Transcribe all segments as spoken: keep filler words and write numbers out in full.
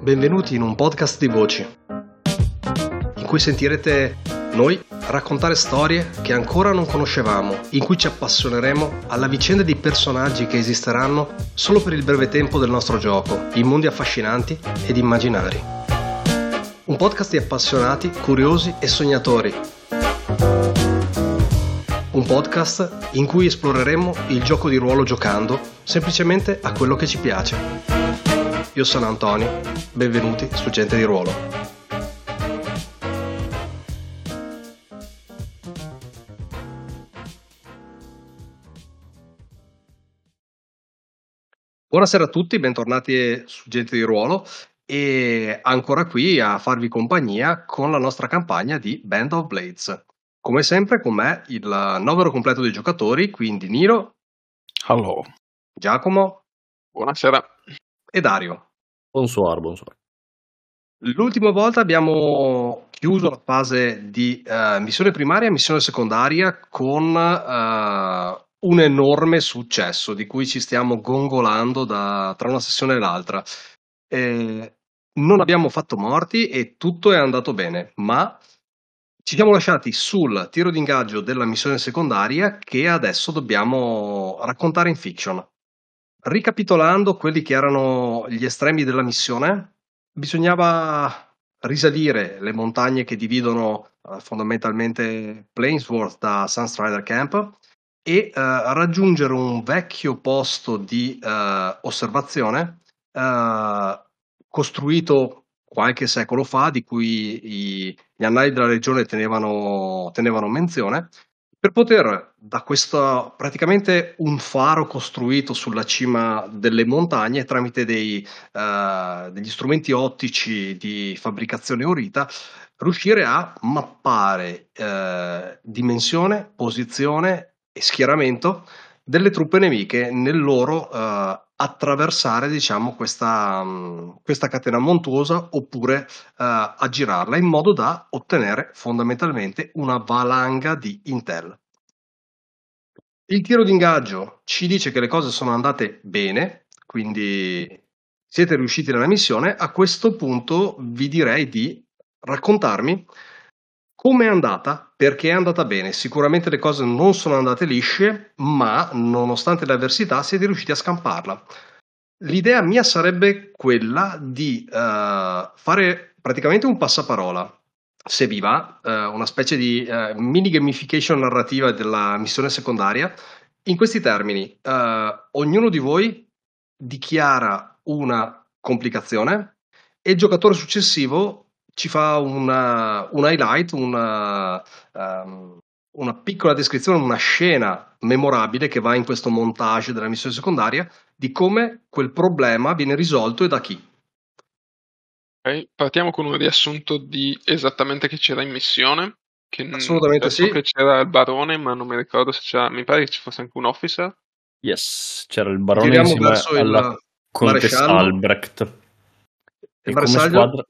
Benvenuti in un podcast di voci, in cui sentirete noi raccontare storie che ancora non conoscevamo, in cui ci appassioneremo alla vicenda di personaggi che esisteranno solo per il breve tempo del nostro gioco, in mondi affascinanti ed immaginari. Un podcast di appassionati, curiosi e sognatori. Un podcast in cui esploreremo il gioco di ruolo giocando semplicemente a quello che ci piace. Io sono Antonio, benvenuti su Gente di Ruolo. Buonasera a tutti, bentornati su Gente di Ruolo e ancora qui a farvi compagnia con la nostra campagna di Band of Blades. Come sempre con me il novero completo dei giocatori, quindi Niro. Hello. Giacomo. Buonasera. E Dario. Bonsoir, bonsoir. L'ultima volta abbiamo chiuso la fase di uh, missione primaria e missione secondaria con uh, un enorme successo di cui ci stiamo gongolando da, tra una sessione e l'altra. Eh, non abbiamo fatto morti e tutto è andato bene, ma ci siamo lasciati sul tiro d'ingaggio della missione secondaria che adesso dobbiamo raccontare in fiction. Ricapitolando quelli che erano gli estremi della missione, bisognava risalire le montagne che dividono uh, fondamentalmente Plainsworth da Sunstrider Camp e uh, raggiungere un vecchio posto di uh, osservazione uh, costruito qualche secolo fa, di cui i, gli annali della regione tenevano, tenevano menzione, per poter, da questo praticamente un faro costruito sulla cima delle montagne tramite dei, uh, degli strumenti ottici di fabbricazione Orita, riuscire a mappare uh, dimensione, posizione e schieramento delle truppe nemiche nel loro uh, attraversare, diciamo, questa, um, questa catena montuosa oppure uh, aggirarla in modo da ottenere fondamentalmente una valanga di intel. Il tiro d'ingaggio ci dice che le cose sono andate bene, quindi siete riusciti nella missione. A questo punto vi direi di raccontarmi come è andata, perché è andata bene. Sicuramente le cose non sono andate lisce, ma nonostante le avversità siete riusciti a scamparla. L'idea mia sarebbe quella di uh, fare praticamente un passaparola, se vi va, uh, una specie di uh, mini gamification narrativa della missione secondaria. In questi termini, uh, ognuno di voi dichiara una complicazione e il giocatore successivo ci fa una, un highlight, una, um, una piccola descrizione, una scena memorabile che va in questo montage della missione secondaria di come quel problema viene risolto e da chi. Okay. Partiamo con un riassunto di esattamente che c'era in missione. Che Assolutamente so sì. che c'era il barone, ma non mi ricordo se c'era. Mi pare che ci fosse anche un officer. Yes, c'era il barone Giriamo insieme verso il alla contessa maresciallo. Albrecht. Il E come maresciallo? squadra...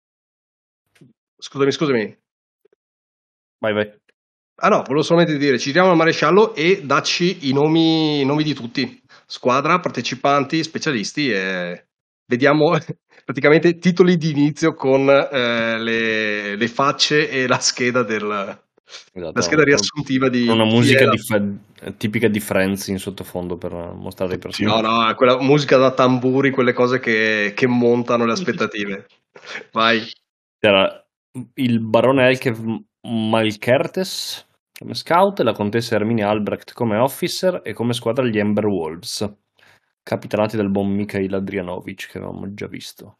Scusami, scusami. Vai, vai. Ah no, volevo solamente dire, ci giriamo al maresciallo e dacci i nomi, i nomi di tutti. Squadra, partecipanti, specialisti e vediamo praticamente titoli di inizio con eh, le, le facce e la scheda del... Esatto, la scheda riassuntiva di una chi musica è la- di Fe- tipica di Friends in sottofondo per mostrare i personaggi. No, no, quella musica da tamburi, quelle cose che, che montano le aspettative. Vai. C'era il barone Elkev Malkertes come scout e la contessa Erminia Albrecht come officer e come squadra gli Ember Wolves, capitanati dal buon Mikhail Adrianovic che avevamo già visto.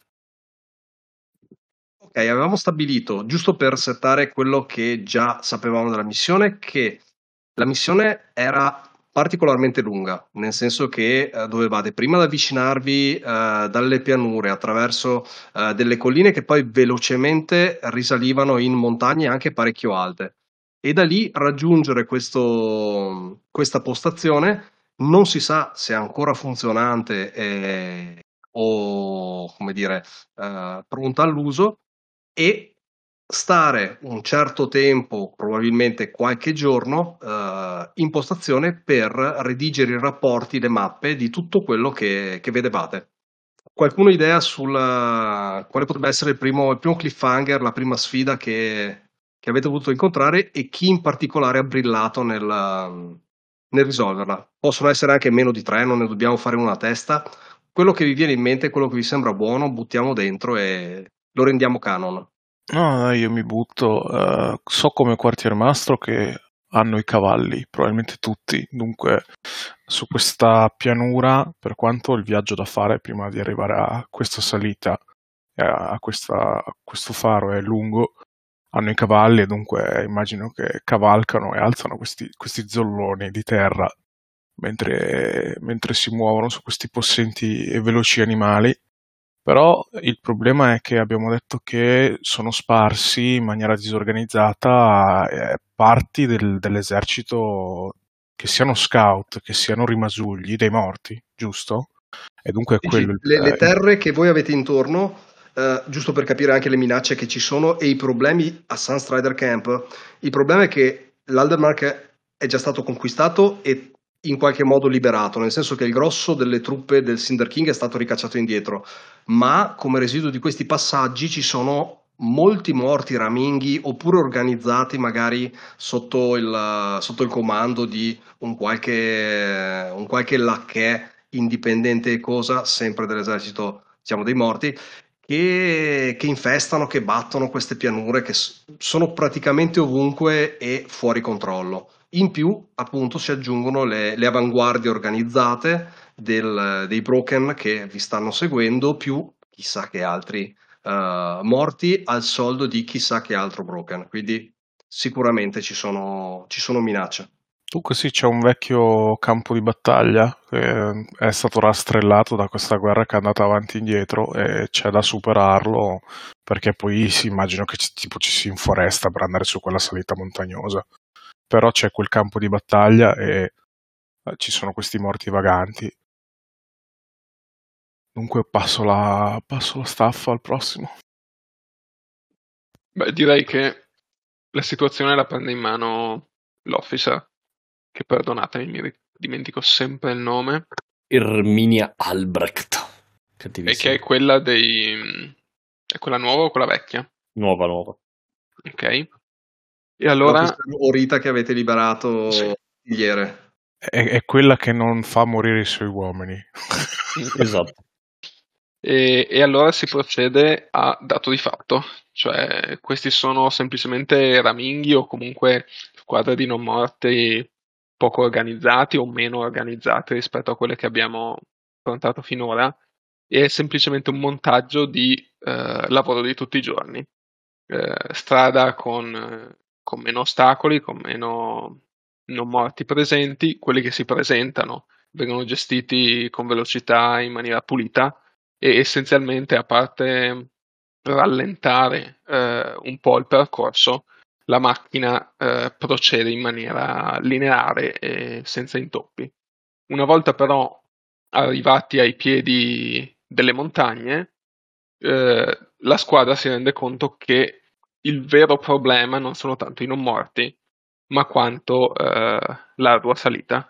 Ok, avevamo stabilito, giusto per settare quello che già sapevamo della missione, che la missione era particolarmente lunga, nel senso che eh, dovevate prima avvicinarvi eh, dalle pianure attraverso eh, delle colline che poi velocemente risalivano in montagne anche parecchio alte e da lì raggiungere questo, questa postazione. Non si sa se è ancora funzionante eh, o, come dire, eh, pronta all'uso, e stare un certo tempo, probabilmente qualche giorno, eh, in postazione per redigere i rapporti, le mappe di tutto quello che, che vedevate. qualcuno idea sul quale potrebbe essere il primo, il primo cliffhanger, la prima sfida che, che avete voluto incontrare e chi in particolare ha brillato nel, nel risolverla? Possono essere anche meno di tre, non ne dobbiamo fare una a testa. Quello che vi viene in mente, quello che vi sembra buono, buttiamo dentro e lo rendiamo canon. No, dai, io mi butto. eh, so come quartiermastro che hanno i cavalli, probabilmente tutti. Dunque, su questa pianura, per quanto il viaggio da fare prima di arrivare a questa salita, e a, a questa- a questo faro è lungo, hanno i cavalli e dunque immagino che cavalcano e alzano questi, questi zolloni di terra mentre, mentre si muovono su questi possenti e veloci animali. Però il problema è che abbiamo detto che sono sparsi in maniera disorganizzata eh, parti del- dell'esercito, che siano scout, che siano rimasugli dei morti, giusto? E dunque è Dici, quello il... le, le eh, terre che voi avete intorno, eh, giusto per capire anche le minacce che ci sono e i problemi a Sunstrider Camp, il problema è che l'Aldermark è già stato conquistato e in qualche modo liberato, nel senso che il grosso delle truppe del Cinder King è stato ricacciato indietro, ma come residuo di questi passaggi ci sono molti morti raminghi oppure organizzati magari sotto il, sotto il comando di un qualche, un qualche lacchè indipendente e cosa, sempre dell'esercito, diciamo, dei morti, che, che infestano, che battono queste pianure che s- sono praticamente ovunque e fuori controllo. In più, appunto, si aggiungono le, le avanguardie organizzate del- dei Broken che vi stanno seguendo, più chissà che altri eh, morti al soldo di chissà che altro Broken. Quindi sicuramente ci sono, ci sono minacce. Dunque sì, c'è un vecchio campo di battaglia che è stato rastrellato da questa guerra che è andata avanti e indietro e c'è da superarlo perché poi si immagino che ci, tipo ci si inforesta per andare su quella salita montagnosa. Però c'è quel campo di battaglia e eh, ci sono questi morti vaganti. Dunque passo la, passo la staffa al prossimo. Beh, direi che la situazione la prende in mano l'officer, che perdonatemi, mi ri- dimentico sempre il nome, Erminia Albrecht. e che Cattivissimo. è quella dei... è quella nuova o quella vecchia? Nuova, nuova. Ok? E allora... L'officer Orita che avete liberato Sì. ieri. È, è quella che non fa morire i suoi uomini. Esatto. E, e allora si procede a dato di fatto, cioè questi sono semplicemente raminghi o comunque squadre di non morti poco organizzati o meno organizzati rispetto a quelle che abbiamo affrontato finora, e è semplicemente un montaggio di eh, lavoro di tutti i giorni. Eh, strada con, eh, con meno ostacoli, con meno non morti presenti, quelli che si presentano vengono gestiti con velocità in maniera pulita e essenzialmente, a parte rallentare eh, un po' il percorso, la macchina eh, procede in maniera lineare e senza intoppi. Una volta però arrivati ai piedi delle montagne, eh, la squadra si rende conto che il vero problema non sono tanto i non morti, ma quanto eh, l'ardua salita.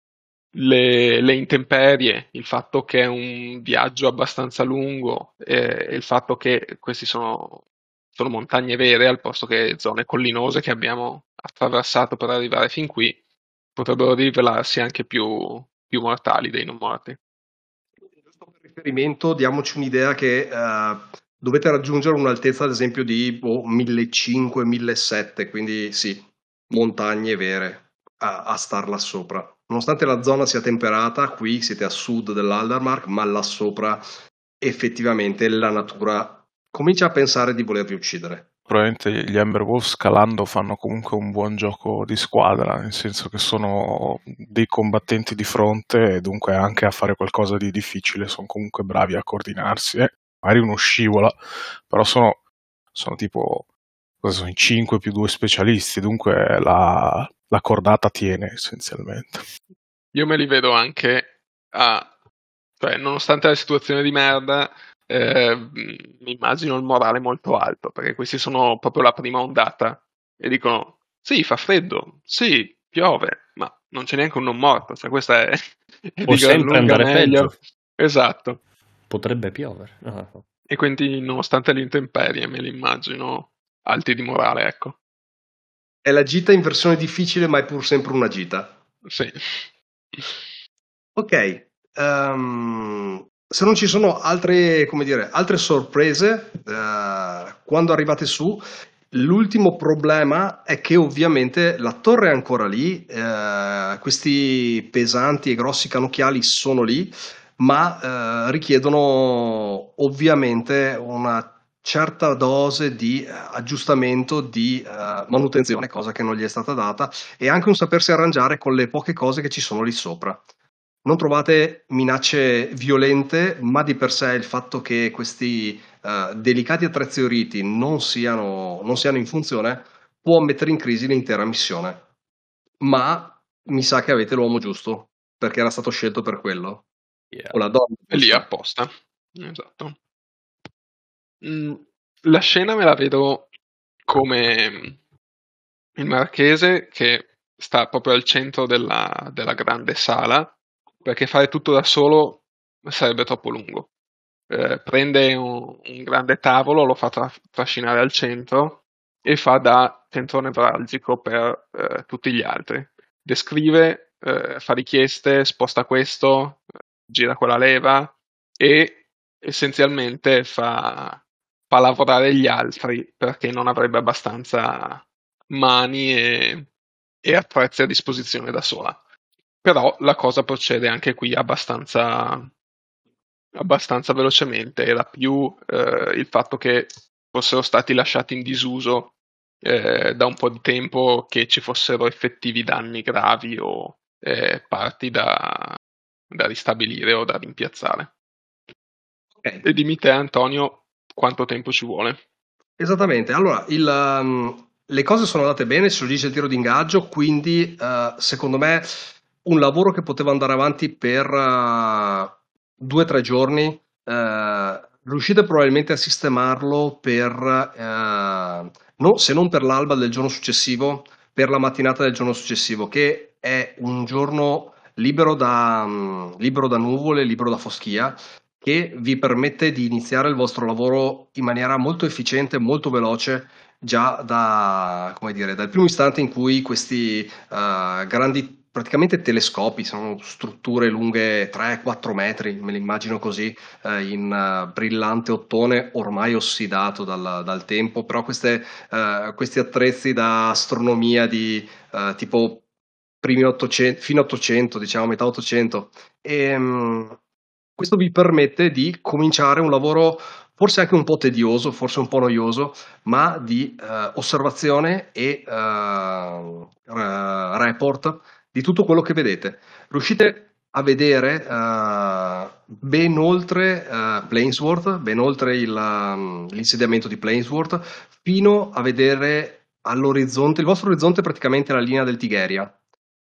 Le, le intemperie, il fatto che è un viaggio abbastanza lungo e il fatto che questi sono, sono montagne vere al posto che zone collinose che abbiamo attraversato per arrivare fin qui, potrebbero rivelarsi anche più, più mortali dei non morti. Giusto per riferimento, diamoci un'idea che eh, dovete raggiungere un'altezza, ad esempio, di boh, millecinquecento millesettecento, quindi sì, montagne vere a, a starla sopra. Nonostante la zona sia temperata, qui siete a sud dell'Aldermark, ma là sopra effettivamente la natura comincia a pensare di volervi uccidere. Probabilmente gli Ember Wolf scalando fanno comunque un buon gioco di squadra, nel senso che sono dei combattenti di fronte e dunque anche a fare qualcosa di difficile sono comunque bravi a coordinarsi. Eh. Magari uno scivola, però sono, sono tipo cosa sono, in cinque più due specialisti, dunque la, la cordata tiene essenzialmente. Io me li vedo anche a, cioè, nonostante la situazione di merda, eh, mi immagino il morale molto alto, perché questi sono proprio la prima ondata e dicono: sì, fa freddo, sì, piove, ma non c'è neanche un non morto, cioè questa è, è Può di gran sempre lunga andare meglio. peggio. Esatto. Potrebbe piovere. Ah, no. E quindi, nonostante l'intemperie, me li immagino alti di morale, ecco. È la gita in versione difficile, ma è pur sempre una gita. Sì. Ok, ehm, se non ci sono altre, come dire, altre sorprese, eh, quando arrivate su, l'ultimo problema è che ovviamente la torre è ancora lì, eh, questi pesanti e grossi cannocchiali sono lì, ma eh, richiedono ovviamente una certa dose di eh, aggiustamento, di eh, manutenzione, cosa che non gli è stata data, e anche un sapersi arrangiare con le poche cose che ci sono lì sopra. Non trovate minacce violente, ma di per sé il fatto che questi eh, delicati attrezzi oriti non siano, non siano in funzione può mettere in crisi l'intera missione. Ma mi sa che avete l'uomo giusto, perché era stato scelto per quello. Yeah. O la donna È lì giusta. apposta. Esatto. Mm, la scena me la vedo come il marchese che sta proprio al centro della, della grande sala, perché fare tutto da solo sarebbe troppo lungo. Eh, prende un, un grande tavolo, lo fa tra- trascinare al centro e fa da centro nevralgico per eh, tutti gli altri. Descrive, eh, fa richieste, sposta questo, eh, gira quella leva e essenzialmente fa, fa lavorare gli altri perché non avrebbe abbastanza mani e, e attrezzi a disposizione da sola. Però la cosa procede anche qui abbastanza, abbastanza velocemente. Era più eh, il fatto che fossero stati lasciati in disuso eh, da un po' di tempo che ci fossero effettivi danni gravi o eh, parti da, da ristabilire o da rimpiazzare. Ok. E dimmi te, Antonio, quanto tempo ci vuole? Esattamente, allora il, um, le cose sono andate bene, si dice il tiro d'ingaggio, quindi uh, secondo me un lavoro che poteva andare avanti per uh, due o tre giorni, uh, riuscite probabilmente a sistemarlo per, uh, no, se non per l'alba del giorno successivo, per la mattinata del giorno successivo, che è un giorno libero da, um, libero da nuvole, libero da foschia, che vi permette di iniziare il vostro lavoro in maniera molto efficiente, molto veloce, già da, come dire, dal primo istante in cui questi uh, grandi, praticamente telescopi, sono strutture lunghe tre quattro metri, me le immagino così, eh, in uh, brillante ottone ormai ossidato dal, dal tempo, però queste, uh, questi attrezzi da astronomia di uh, tipo primi ottocento, fino ottocento, diciamo metà ottocento, e, um, questo vi permette di cominciare un lavoro forse anche un po' tedioso, forse un po' noioso, ma di eh, osservazione e eh, report di tutto quello che vedete. Riuscite a vedere eh, ben oltre eh, Planesworth, ben oltre il, um, l'insediamento di Planesworth, fino a vedere all'orizzonte, il vostro orizzonte è praticamente la linea del Tigheria.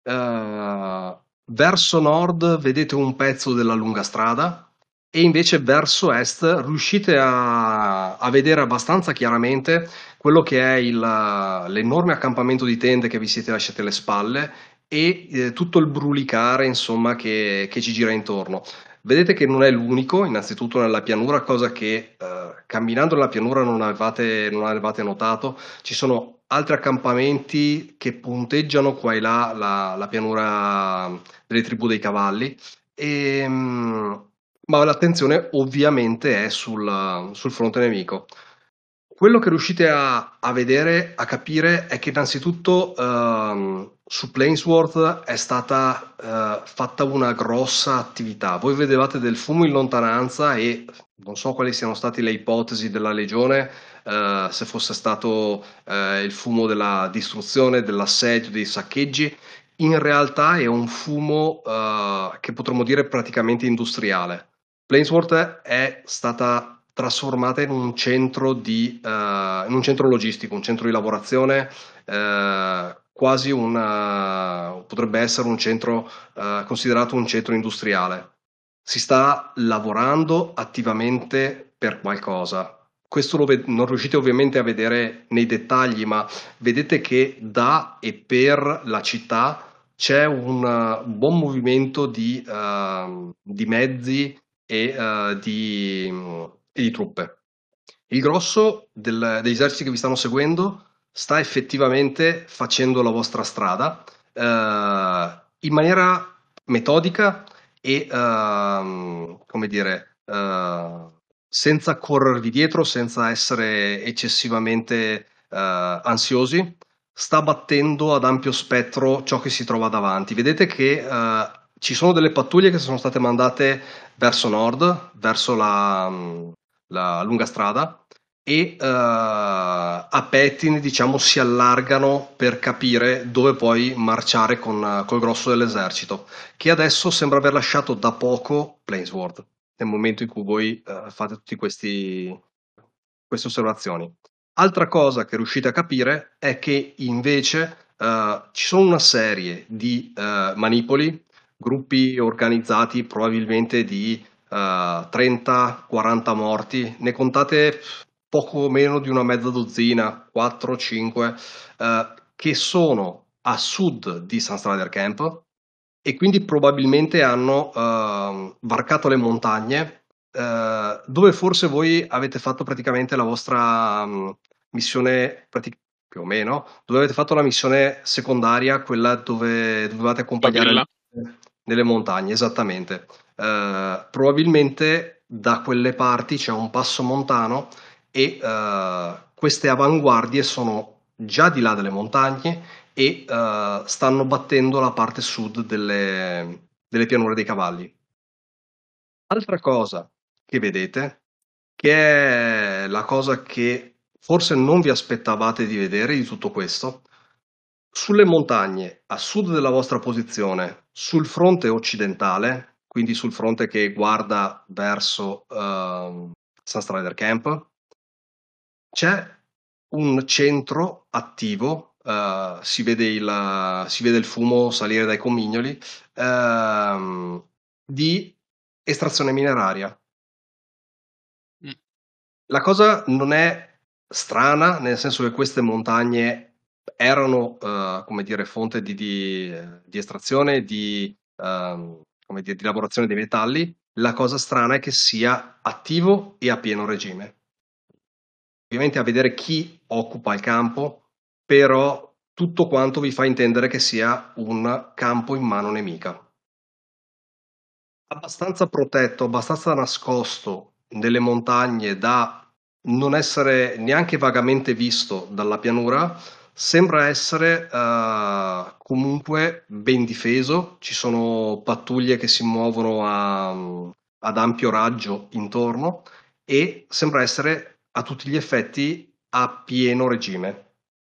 Uh, verso nord vedete un pezzo della lunga strada e invece verso est riuscite a, a vedere abbastanza chiaramente quello che è il, l'enorme accampamento di tende che vi siete lasciati alle spalle e eh, tutto il brulicare insomma che, che ci gira intorno. Vedete che non è l'unico, innanzitutto nella pianura, cosa che eh, camminando nella pianura non avevate, non avevate notato. Ci sono altri accampamenti che punteggiano qua e là la, la pianura delle tribù dei cavalli, e, ma l'attenzione ovviamente è sul, sul fronte nemico. Quello che riuscite a, a vedere, a capire, è che innanzitutto ehm, su Planesworth è stata eh, fatta una grossa attività. Voi vedevate del fumo in lontananza e non so quali siano state le ipotesi della Legione, eh, se fosse stato eh, il fumo della distruzione, dell'assedio, dei saccheggi. In realtà è un fumo eh, che potremmo dire praticamente industriale. Planesworth è stata trasformata in un centro di uh, in un centro logistico, un centro di lavorazione, uh, quasi una, potrebbe essere un centro uh, considerato un centro industriale. Si sta lavorando attivamente per qualcosa. Questo lo ved- non riuscite ovviamente a vedere nei dettagli, ma vedete che da e per la città c'è un uh, buon movimento di, uh, di mezzi e, uh, di, e di truppe. Il grosso del, degli eserciti che vi stanno seguendo sta effettivamente facendo la vostra strada uh, in maniera metodica e uh, come dire uh, senza corrervi dietro, senza essere eccessivamente uh, ansiosi. Sta battendo ad ampio spettro ciò che si trova davanti. Vedete che uh, ci sono delle pattuglie che sono state mandate verso nord, verso la, la lunga strada, e uh, a pettini, diciamo, si allargano per capire dove poi marciare con col grosso dell'esercito, che adesso sembra aver lasciato da poco Plainsword, nel momento in cui voi uh, fate tutte queste osservazioni. Altra cosa che riuscite a capire è che invece uh, ci sono una serie di uh, manipoli, gruppi organizzati probabilmente di uh, trenta quaranta morti, ne contate poco meno di una mezza dozzina, quattro cinque, uh, che sono a sud di Sunstrider Camp e quindi probabilmente hanno uh, varcato le montagne, uh, dove forse voi avete fatto praticamente la vostra um, missione, pratic- più o meno, dove avete fatto la missione secondaria, quella dove dovevate accompagnare le, nelle montagne, esattamente. Uh, probabilmente da quelle parti c'è un passo montano e uh, queste avanguardie sono già di là delle montagne e uh, stanno battendo la parte sud delle, delle pianure dei cavalli. Altra cosa che vedete, che è la cosa che forse non vi aspettavate di vedere di tutto questo, sulle montagne a sud della vostra posizione, sul fronte occidentale, quindi sul fronte che guarda verso uh, Sunstrider Camp, c'è un centro attivo, uh, si, vede il, si vede il fumo salire dai comignoli, uh, di estrazione mineraria. Mm. La cosa non è strana, nel senso che queste montagne erano, uh, come dire, fonte di, di, di estrazione, di, uh, come dire, di lavorazione dei metalli. La cosa strana è che sia attivo e a pieno regime. Ovviamente a vedere chi occupa il campo, però tutto quanto vi fa intendere che sia un campo in mano nemica. Abbastanza protetto, abbastanza nascosto nelle montagne da non essere neanche vagamente visto dalla pianura, sembra essere uh, comunque ben difeso. Ci sono pattuglie che si muovono a, ad ampio raggio intorno e sembra essere a tutti gli effetti a pieno regime.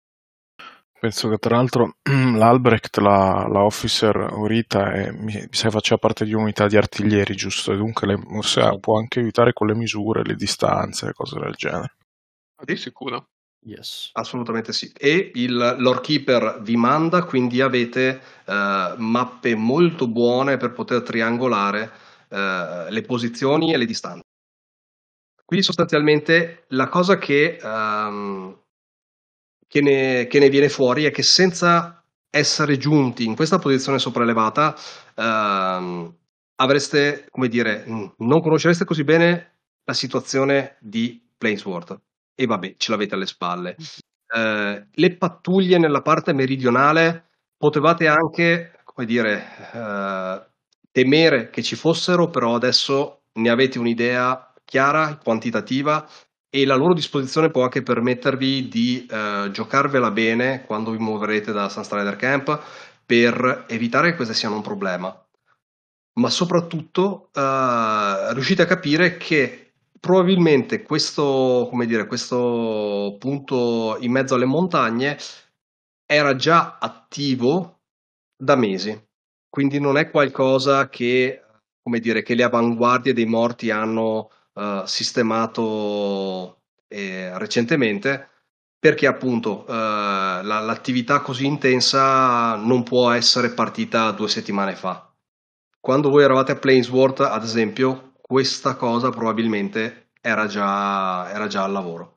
Penso che tra l'altro l'Albrecht, la, la officer Orita, è, mi, mi sa che faceva parte di un'unità di artiglieri, giusto? E dunque le, ossia, può anche aiutare con le misure, le distanze, cose del genere. Di sicuro. Yes. Assolutamente sì. E il Lore Keeper vi manda, quindi avete uh, mappe molto buone per poter triangolare uh, le posizioni e le distanze. Quindi sostanzialmente la cosa che, um, che, ne, che ne viene fuori è che senza essere giunti in questa posizione sopraelevata um, avreste, come dire, non conoscereste così bene la situazione di Plainsword. E vabbè, ce l'avete alle spalle. Uh, le pattuglie nella parte meridionale potevate anche, come dire, uh, temere che ci fossero, però adesso ne avete un'idea chiara, quantitativa, e la loro disposizione può anche permettervi di uh, giocarvela bene quando vi muoverete da Sunstrider Camp per evitare che queste siano un problema. Ma soprattutto uh, riuscite a capire che probabilmente questo, come dire, questo punto in mezzo alle montagne era già attivo da mesi, quindi non è qualcosa che, come dire, che le avanguardie dei morti hanno uh, sistemato eh, recentemente, perché appunto uh, la, l'attività così intensa non può essere partita due settimane fa. Quando voi eravate a Plainsword, ad esempio, questa cosa probabilmente era già, era già al lavoro.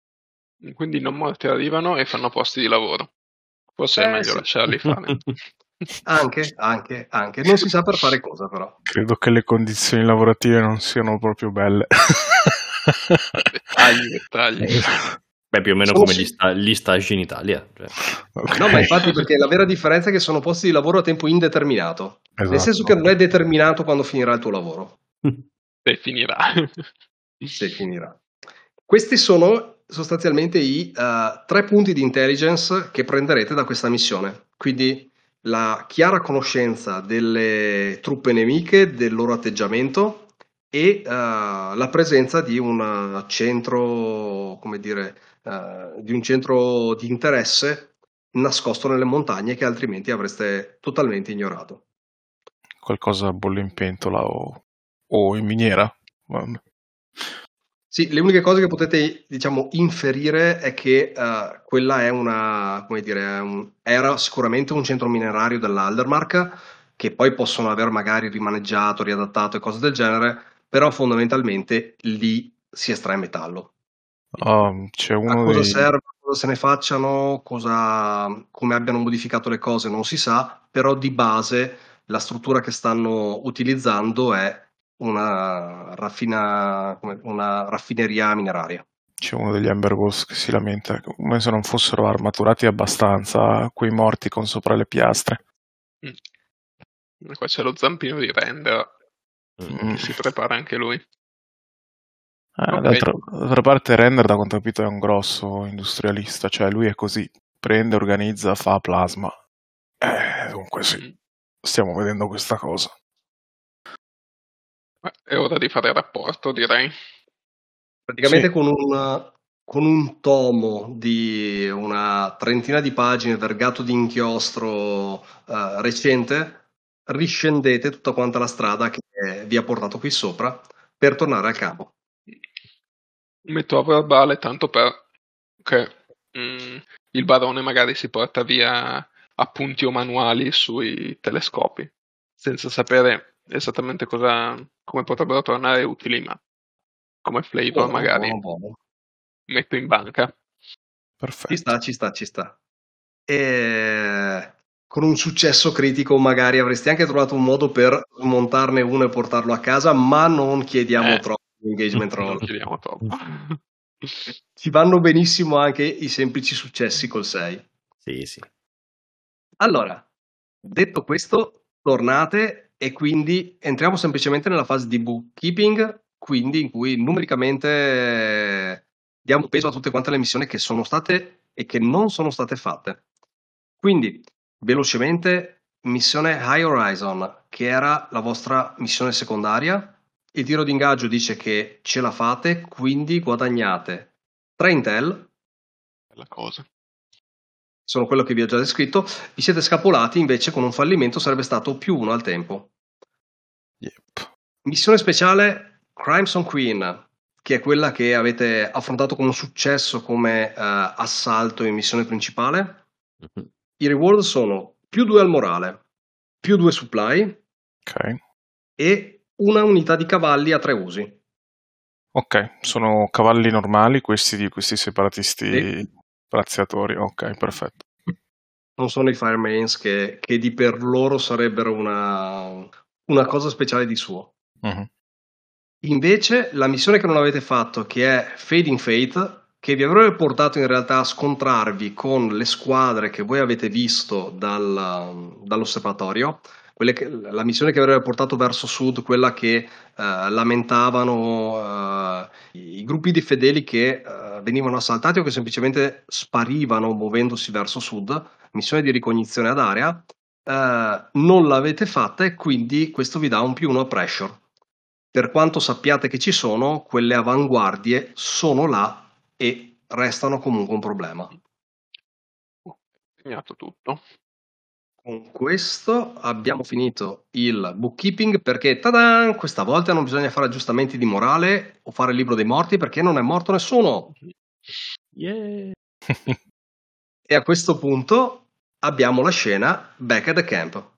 Quindi non molti arrivano e fanno posti di lavoro. Forse eh, è meglio sì. lasciarli fare. Anche, anche, anche. Non si sa per fare cosa, però. Credo che le condizioni lavorative non siano proprio belle. Dettagli, dettagli. Beh, più o meno Sono come sì- gli, sta- gli stage in Italia. Cioè. Ok. No, ma infatti perché la vera differenza è che sono posti di lavoro a tempo indeterminato. Nel Esatto. senso che non è determinato quando finirà il tuo lavoro. E finirà. Se finirà. Questi sono sostanzialmente i eh, tre punti di intelligence che prenderete da questa missione. Quindi la chiara conoscenza delle truppe nemiche, del loro atteggiamento e eh, la presenza di un centro, come dire, eh, di un centro di interesse nascosto nelle montagne che altrimenti avreste totalmente ignorato. Qualcosa bolle in pentola o, o in miniera? Vabbè. Sì, le uniche cose che potete, diciamo, inferire è che eh, quella è una, come dire, è un- era sicuramente un centro minerario dell'Aldermark, che poi possono aver magari rimaneggiato, riadattato e cose del genere, però fondamentalmente lì si estrae metallo. Ah, c'è A uno cosa dei... serve, cosa se ne facciano, cosa, come abbiano modificato le cose non si sa, però di base la struttura che stanno utilizzando è una, raffina, come- una raffineria mineraria. C'è uno degli Amber Wolves che si lamenta come se non fossero armaturati abbastanza quei morti con sopra le piastre. Mm. Qua c'è lo zampino di Render. Mm. Si prepara anche lui. Eh, Ok. d'altra, d'altra parte Render, da quanto ho capito, è un grosso industrialista, cioè lui è così, prende, organizza, fa plasma. Eh, dunque sì, Mm. stiamo vedendo questa cosa. Eh, È ora di fare il rapporto, direi. Praticamente Sì. con un, con un tomo di una trentina di pagine vergato di inchiostro eh, recente, riscendete tutta quanta la strada che vi ha portato qui sopra per tornare al campo. Metto a verbale tanto per che mm, il barone magari si porta via appunti o manuali sui telescopi, senza sapere esattamente cosa, come potrebbero tornare utili, ma come flavor Buono, magari buono, buono. metto in banca. Perfetto. Ci sta, ci sta, ci sta. E con un successo critico magari avresti anche trovato un modo per montarne uno e portarlo a casa, ma non chiediamo Eh, troppo di engagement non roll. chiediamo troppo. Ci vanno benissimo anche i semplici successi col sei. Sì, sì. Allora, detto questo, tornate e quindi entriamo semplicemente nella fase di bookkeeping, quindi in cui numericamente eh, diamo peso a tutte quante le missioni che sono state e che non sono state fatte. Quindi, velocemente, missione High Horizon, che era la vostra missione secondaria. Il tiro di ingaggio dice che ce la fate, quindi guadagnate tre intel, Bella cosa. sono quello che vi ho già descritto. Vi siete scapolati invece con un fallimento, sarebbe stato più uno al tempo. Yep. Missione speciale Crimson Queen, che è quella che avete affrontato con successo come eh, assalto in missione principale. Mhm. I reward sono più due al morale, più due supply Ok. e una unità di cavalli a tre usi. Ok, sono cavalli normali questi di questi separatisti Sì. razziatori. Ok, perfetto. Non sono i Firemains che, che di per loro sarebbero una, una cosa speciale di suo. Mhm. Invece la missione che non avete fatto, che è Fading Fate, che vi avrebbe portato in realtà a scontrarvi con le squadre che voi avete visto dal, dall'osservatorio, quelle che, la missione che avrebbe portato verso sud, quella che eh, lamentavano eh, i gruppi di fedeli che eh, venivano assaltati o che semplicemente sparivano muovendosi verso sud, missione di ricognizione ad area, eh, non l'avete fatta e quindi questo vi dà un più uno a pressure. Per quanto sappiate che ci sono, quelle avanguardie sono là e restano comunque un problema. Ho segnato tutto. Con questo abbiamo finito il bookkeeping perché, tada, questa volta non bisogna fare aggiustamenti di morale o fare il libro dei morti perché non è morto nessuno. Yeah. E a questo punto abbiamo la scena back at the camp.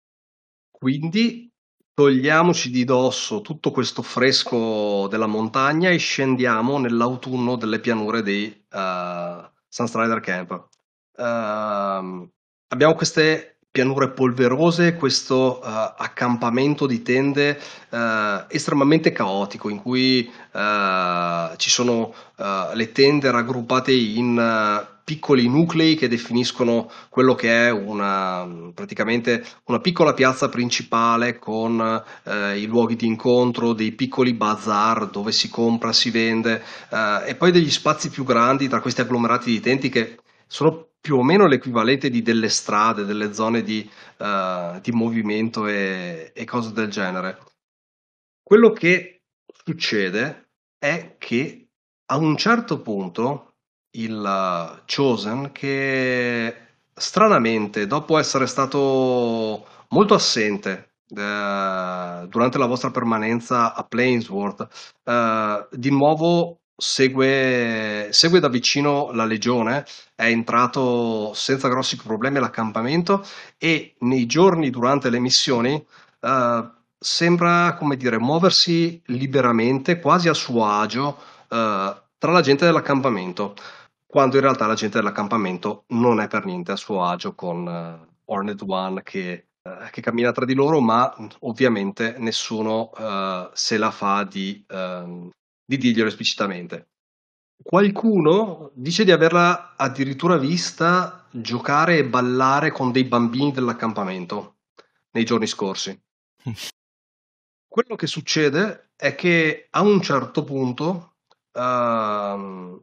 Quindi togliamoci di dosso tutto questo fresco della montagna e scendiamo nell'autunno delle pianure di uh, Sunstrider Camp. Uh, abbiamo queste pianure polverose, questo uh, accampamento di tende uh, estremamente caotico, in cui uh, ci sono uh, le tende raggruppate in uh, piccoli nuclei che definiscono quello che è una, praticamente una piccola piazza principale con uh, i luoghi di incontro, dei piccoli bazar dove si compra, si vende, uh, e poi degli spazi più grandi tra questi agglomerati di tenti che sono più o meno l'equivalente di delle strade, delle zone di, uh, di movimento e, e cose del genere. Quello che succede è che a un certo punto il uh, Chosen, che stranamente, dopo essere stato molto assente eh, durante la vostra permanenza a Plainsworth, eh, di nuovo segue, segue da vicino la legione, è entrato senza grossi problemi all'accampamento e nei giorni durante le missioni eh, sembra, come dire, muoversi liberamente, quasi a suo agio, eh, tra la gente dell'accampamento, quando in realtà la gente dell'accampamento non è per niente a suo agio con eh, Hornet One che, eh, che cammina tra di loro, ma ovviamente nessuno eh, se la fa di, ehm, di dirglielo esplicitamente. Qualcuno dice di averla addirittura vista giocare e ballare con dei bambini dell'accampamento nei giorni scorsi. Quello che succede è che a un certo punto ehm,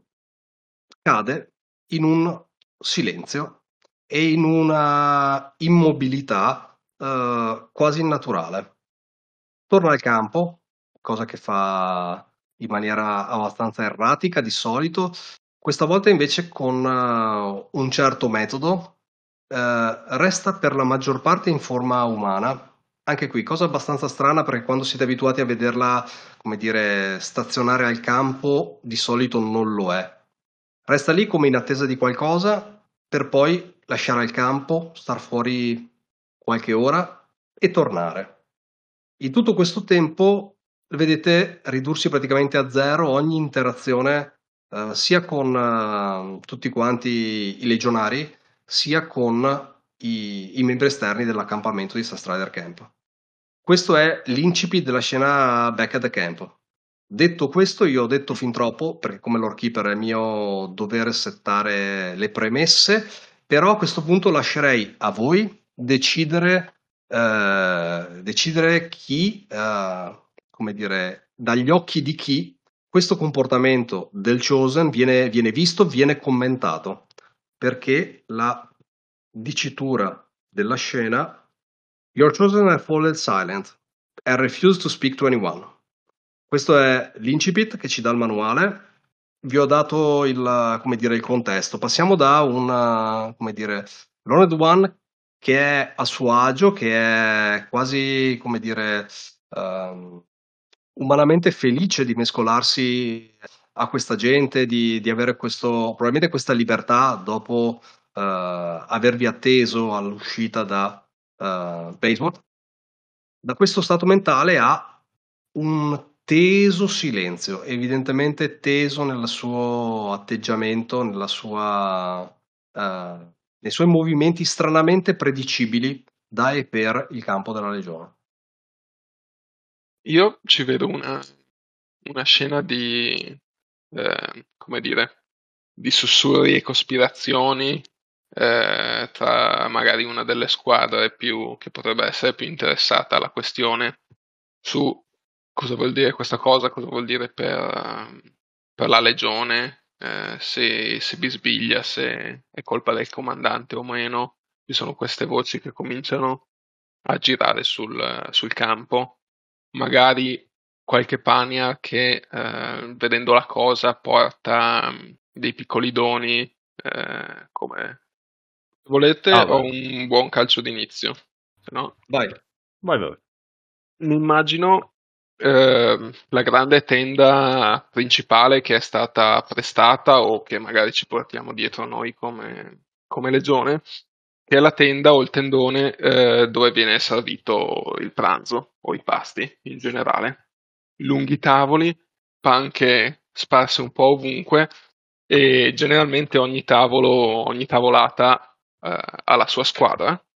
cade in un silenzio e in una immobilità eh, quasi innaturale. Torna al campo, cosa che fa in maniera abbastanza erratica di solito, questa volta invece con eh, un certo metodo, eh, resta per la maggior parte in forma umana. Anche qui, cosa abbastanza strana perché quando siete abituati a vederla, come dire, stazionare al campo, di solito non lo è. Resta lì come in attesa di qualcosa per poi lasciare il campo, star fuori qualche ora e tornare. In tutto questo tempo vedete ridursi praticamente a zero ogni interazione eh, sia con eh, tutti quanti i legionari, sia con i, i membri esterni dell'accampamento di Starstrider Camp. Questo è l'incipit della scena Back at the Camp. Detto questo, io ho detto fin troppo, perché come Lord Keeper è mio dovere settare le premesse, però a questo punto lascerei a voi decidere, eh, decidere chi, eh, come dire, dagli occhi di chi questo comportamento del Chosen viene, viene visto, viene commentato, perché la dicitura della scena Your Chosen have fallen silent and refuse to speak to anyone. Questo è l'incipit che ci dà il manuale. Vi ho dato il, come dire, il contesto. Passiamo da un, come dire, Learned One che è a suo agio, che è quasi, come dire, um, umanamente felice di mescolarsi a questa gente, di, di avere questo, probabilmente questa libertà dopo uh, avervi atteso all'uscita da uh, Plainsworth. Da questo stato mentale a un teso silenzio, evidentemente teso nel suo atteggiamento, nella sua, uh, nei suoi movimenti stranamente predicibili da e per il campo della legione. Io ci vedo una, una scena di, eh, come dire, di sussurri e cospirazioni eh, tra magari una delle squadre più, che potrebbe essere più interessata alla questione su cosa vuol dire questa cosa, cosa vuol dire per, per la legione, eh, se, se bisbiglia, se è colpa del comandante o meno. Ci sono queste voci che cominciano a girare sul, sul campo, magari qualche pania che eh, vedendo la cosa porta mm, dei piccoli doni, eh, come volete, Ah, o vai. un buon calcio d'inizio, se no Vai. Vai, vai. mi immagino ehm, la grande tenda principale che è stata prestata o che magari ci portiamo dietro noi come, come legione, che è la tenda o il tendone eh, dove viene servito il pranzo o i pasti in generale. Lunghi tavoli, panche sparse un po' ovunque e generalmente ogni tavolo, ogni tavolata eh, ha la sua squadra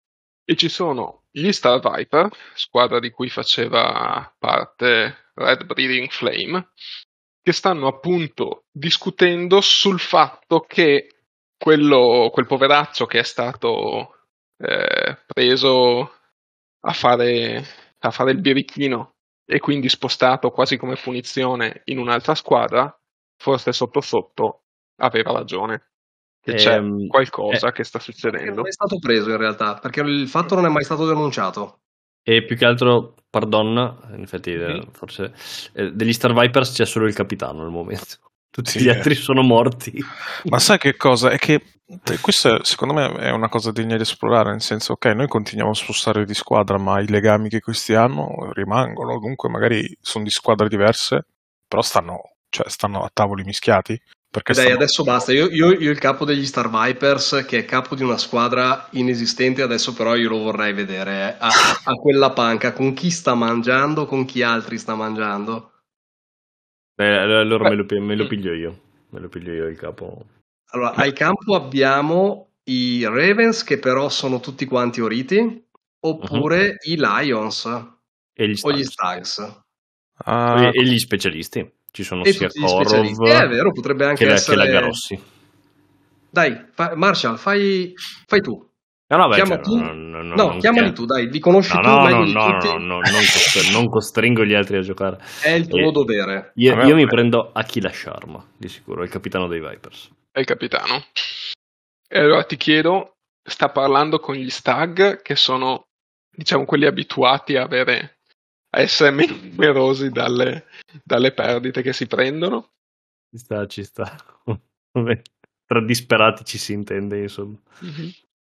E ci sono gli Star Viper, squadra di cui faceva parte Red Breeding Flame, che stanno appunto discutendo sul fatto che quello, quel poveraccio che è stato eh, preso a fare, a fare il birichino e quindi spostato quasi come punizione in un'altra squadra, forse sotto sotto aveva ragione, che c'è Ehm, qualcosa eh, che sta Perché non succedendo. è stato preso in realtà, perché il fatto non è mai stato denunciato. E più che altro, pardon, in effetti eh, Mhm. forse eh, degli Star Vipers c'è solo il capitano al momento. Tutti Sì, gli eh. altri sono morti. Ma sai che cosa? È che eh, questa secondo me è una cosa degna di esplorare, nel senso, ok, noi continuiamo a spostare di squadra, ma i legami che questi hanno rimangono, dunque magari sono di squadre diverse, però stanno, cioè, stanno a tavoli mischiati. Perché E dai, stanno... adesso basta. Io, io- io il capo degli Star Vipers, che è capo di una squadra inesistente, adesso però io lo vorrei vedere eh, a, a quella panca, con chi sta mangiando, con chi altri sta mangiando. Eh, allora me Beh, lo, pi- me lo mm, piglio io. Me lo piglio io il capo. Allora, al campo abbiamo i Ravens, che però sono tutti quanti oriti, Mhm. oppure i Lions E gli o gli Stags. Stags. Ah, E, e gli specialisti. Ci sono E sia tutti gli specialisti. Eh, È Korov vero, potrebbe che anche la, che la essere... Garossi. Dai, fa- Marshall, fai, fai tu. No, no, beh, Chiama cioè, tu. no, no, no, No, non chiamali che- tu, dai, li conosci no, tu no, no, meglio di no, tutti. no, no, non, costr- non costringo gli altri a giocare. È il tuo E dovere. io, a me- io mi prendo Akila Sharma, di sicuro, il capitano dei Vipers. è il capitano. E allora ti chiedo, sta parlando con gli Stag, che sono, diciamo, quelli abituati a avere, a essere meno numerosi dalle, dalle perdite che si prendono? Ci sta, ci sta. Vabbè, tra disperati ci si intende, insomma. Mhm.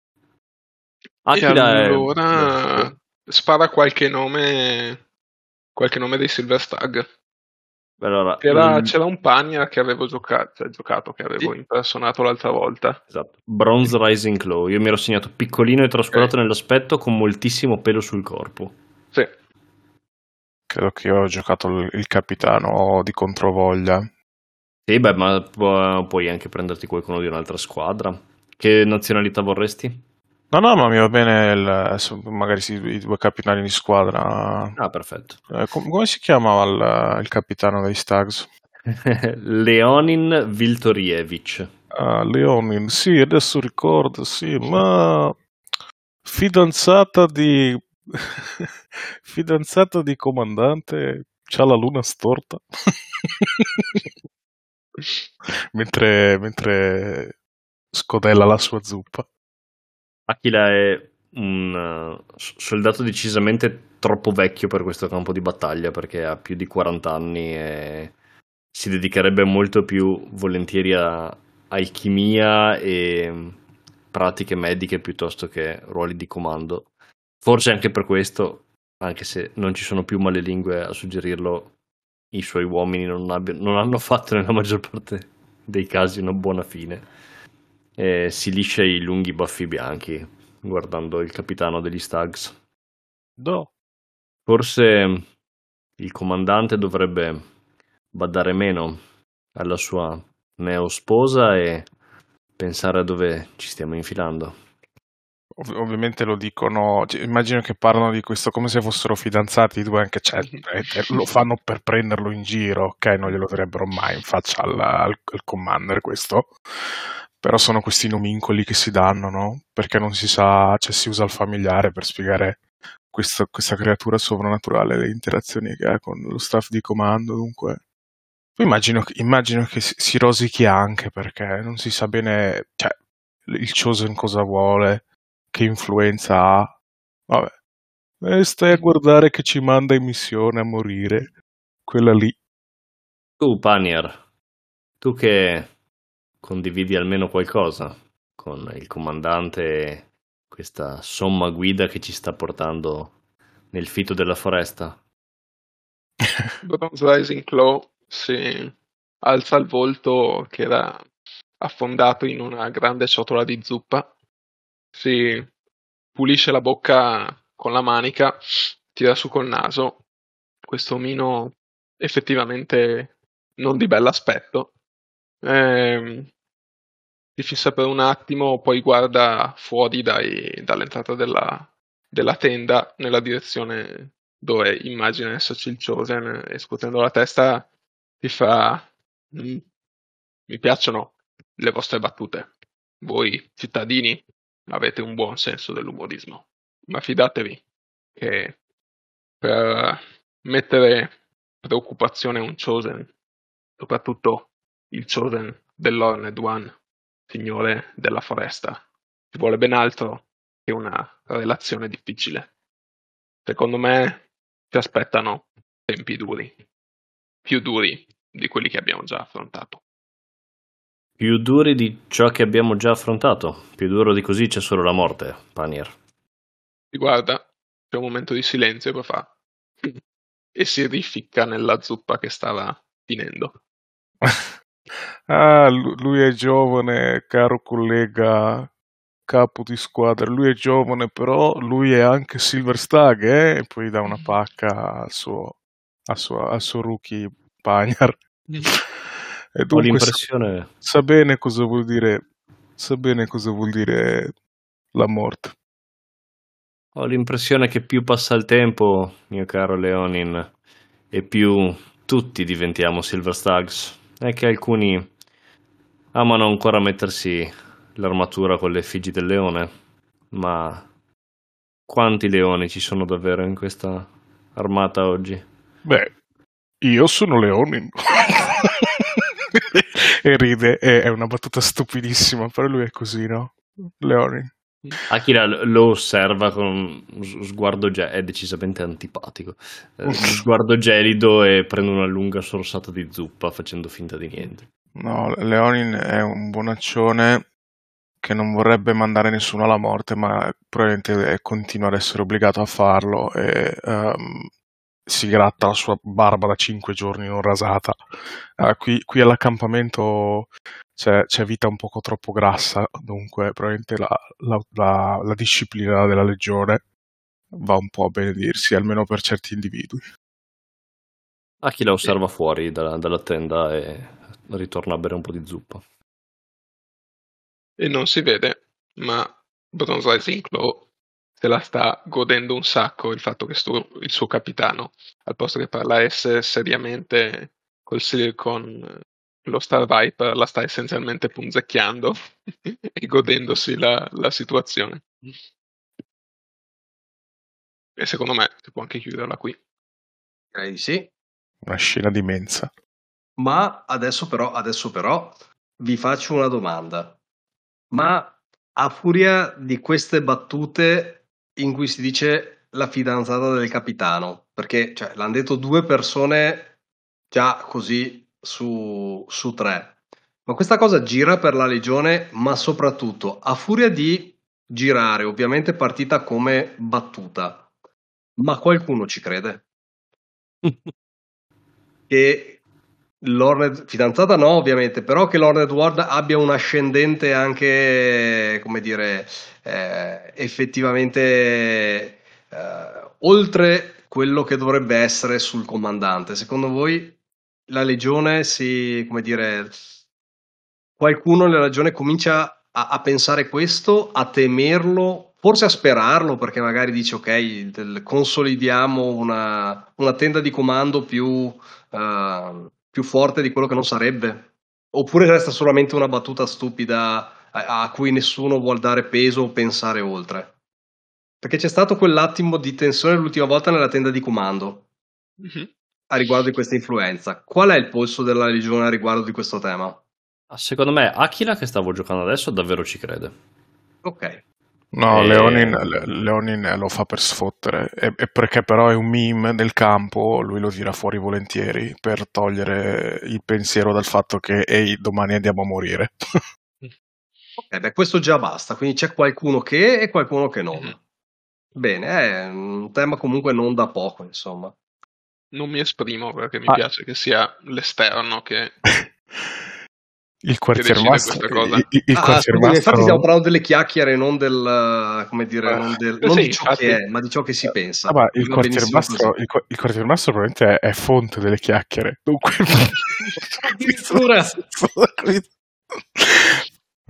E Akila è... allora spara qualche nome, qualche nome dei Silver Stag. Allora, C'era, il- c'era un Pagna che avevo giocato, cioè, giocato, che avevo Sì. impersonato l'altra volta. esatto, Bronze Rising Claw. Io mi ero segnato piccolino e trascurato Ok. nell'aspetto con moltissimo pelo sul corpo. Sì. credo che io ho giocato il, il capitano di controvoglia. Sì, beh, ma pu- puoi anche prenderti qualcuno di un'altra squadra. Che nazionalità vorresti? No, no, ma mi va bene il- adesso magari sì, i due capitani di squadra. Ah, perfetto. Eh, com- come si chiamava il, il capitano dei Stags? Leonin Viltorievich. Ah, Leonin, sì, adesso ricordo, sì, ma fidanzata di fidanzata di comandante c'ha la luna storta. mentre, mentre scodella la sua zuppa. Aquila è un uh, s- soldato decisamente troppo vecchio per questo campo di battaglia perché ha più di quaranta anni e si dedicherebbe molto più volentieri a alchimia e pratiche mediche piuttosto che ruoli di comando. Forse anche per questo, anche se non ci sono più malelingue a suggerirlo, i suoi uomini non, abbia- non hanno fatto nella maggior parte dei casi una buona fine. E si liscia i lunghi baffi bianchi guardando il capitano degli Stags. No. Forse il comandante dovrebbe badare meno alla sua neosposa e pensare a dove ci stiamo infilando. Ov- ovviamente lo dicono, cioè, immagino che parlano di questo come se fossero fidanzati i due, anche cioè, eh, eh, lo fanno per prenderlo in giro, ok, non glielo direbbero mai in faccia al, al- al commander questo, però sono questi nomincoli che si danno, no? Perché non si sa, cioè si usa il familiare per spiegare questa, questa creatura sovrannaturale, le interazioni che ha con lo staff di comando, dunque. Poi immagino, che- immagino che si, si rosichi anche perché non si sa bene, cioè, il Chosen cosa vuole, che influenza ha. Vabbè. E stai a guardare che ci manda in missione a morire. Quella lì. Tu, Panier, tu che condividi almeno qualcosa con il comandante e questa somma guida che ci sta portando nel fito della foresta. Bronze Rising Claw si alza il volto che era affondato in una grande ciotola di zuppa, si pulisce la bocca con la manica, tira su col naso, questo omino effettivamente non di bell'aspetto, ehm, si fissa per un attimo, poi guarda fuori dai- dall'entrata della, della tenda nella direzione dove immagina esserci il Chosen, e scuotendo la testa ti fa: "Mm, mi piacciono le vostre battute. Voi cittadini avete un buon senso dell'umorismo, ma fidatevi che per mettere preoccupazione a un Chosen, soprattutto il Chosen dell'Horned One, signore della foresta, ci vuole ben altro che una relazione difficile. Secondo me ci aspettano tempi duri, più duri di quelli che abbiamo già affrontato." Più duri di ciò che abbiamo già affrontato. Più duro di così c'è solo la morte, Panier. Si guarda, c'è un momento di silenzio e poi fa e si rificca nella zuppa che stava finendo. Ah, lu- lui è giovane, caro collega capo di squadra. Lui è giovane, però lui è anche Silver Stag, eh? E poi dà una pacca al suo, al suo, al suo rookie Pagnar. E Ho dunque sa, l'impressione... sa bene cosa vuol dire, sa bene cosa vuol dire la morte. Ho l'impressione che più passa il tempo, mio caro Leonin, e più tutti diventiamo Silver Stags. E che alcuni amano ancora mettersi l'armatura con le effigie del leone. Ma quanti leoni ci sono davvero in questa armata oggi? Beh, io sono Leonin. E ride, è, è una battuta stupidissima, però lui è così, no? Leonin. Akira lo osserva con un sguardo ge- è decisamente antipatico, eh, un sguardo gelido, e prende una lunga sorsata di zuppa facendo finta di niente. No, Leonin è un bonaccione che non vorrebbe mandare nessuno alla morte, ma probabilmente continua ad essere obbligato a farlo, e um, si gratta la sua barba da cinque giorni non rasata. Uh, qui, qui all'accampamento c'è, c'è vita un poco troppo grassa, dunque probabilmente la, la, la, la disciplina della legione va un po' a benedirsi, almeno per certi individui. Akira osserva fuori dalla, dalla tenda e ritorna a bere un po' di zuppa. E non si vede, ma Bronze Rising Claw se la sta godendo un sacco il fatto che stu- il suo capitano, al posto che parlasse seriamente col Silicon, lo Star Viper la sta essenzialmente punzecchiando e godendosi la, la situazione. E secondo me si può anche chiuderla qui. Ok, sì. Una scena di mensa. Ma adesso però, adesso però vi faccio una domanda. Ma a furia di queste battute in cui si dice la fidanzata del capitano, perché cioè, l'hanno detto due persone già così su, su tre, ma questa cosa gira per la legione, ma soprattutto a furia di girare, ovviamente partita come battuta, ma qualcuno ci crede? Che l'Horned, fidanzata no ovviamente, però che l'Horned Ward abbia un ascendente anche, come dire, eh, effettivamente eh, oltre quello che dovrebbe essere sul comandante. Secondo voi la legione si, come dire, qualcuno nella legione comincia a, a pensare questo, a temerlo, forse a sperarlo, perché magari dice ok, del- consolidiamo una, una tenda di comando più eh, più forte di quello che non sarebbe? Oppure resta solamente una battuta stupida a, a cui nessuno vuol dare peso o pensare oltre? Perché c'è stato quell'attimo di tensione l'ultima volta nella tenda di comando Mhm. a riguardo di questa influenza. Qual è il polso della legione a riguardo di questo tema? Secondo me Akira, che stavo giocando adesso, davvero ci crede. Ok. No, E- Leonin, Le- Leonin lo fa per sfottere, e, e perché però è un meme del campo, lui lo tira fuori volentieri per togliere il pensiero dal fatto che ehi, domani andiamo a morire. Ok, beh, questo già basta, quindi c'è qualcuno che e qualcuno che non. Mhm. Bene, è un tema comunque non da poco, insomma. Non mi esprimo perché mi Ah. piace che sia l'esterno che, Il che decide quartiermastro, questa cosa. il, il- il Ah, scusami, infatti quartiermastro- stiamo parlando delle chiacchiere, non del, come dire, Eh, non, del- eh non sì, di ciò infatti. che è, ma di ciò che si pensa. Ah, ma il Va benissimo quartiermastro, così. il, qua- il quartiermastro probabilmente è, è fonte delle chiacchiere. Dunque, Addirittura.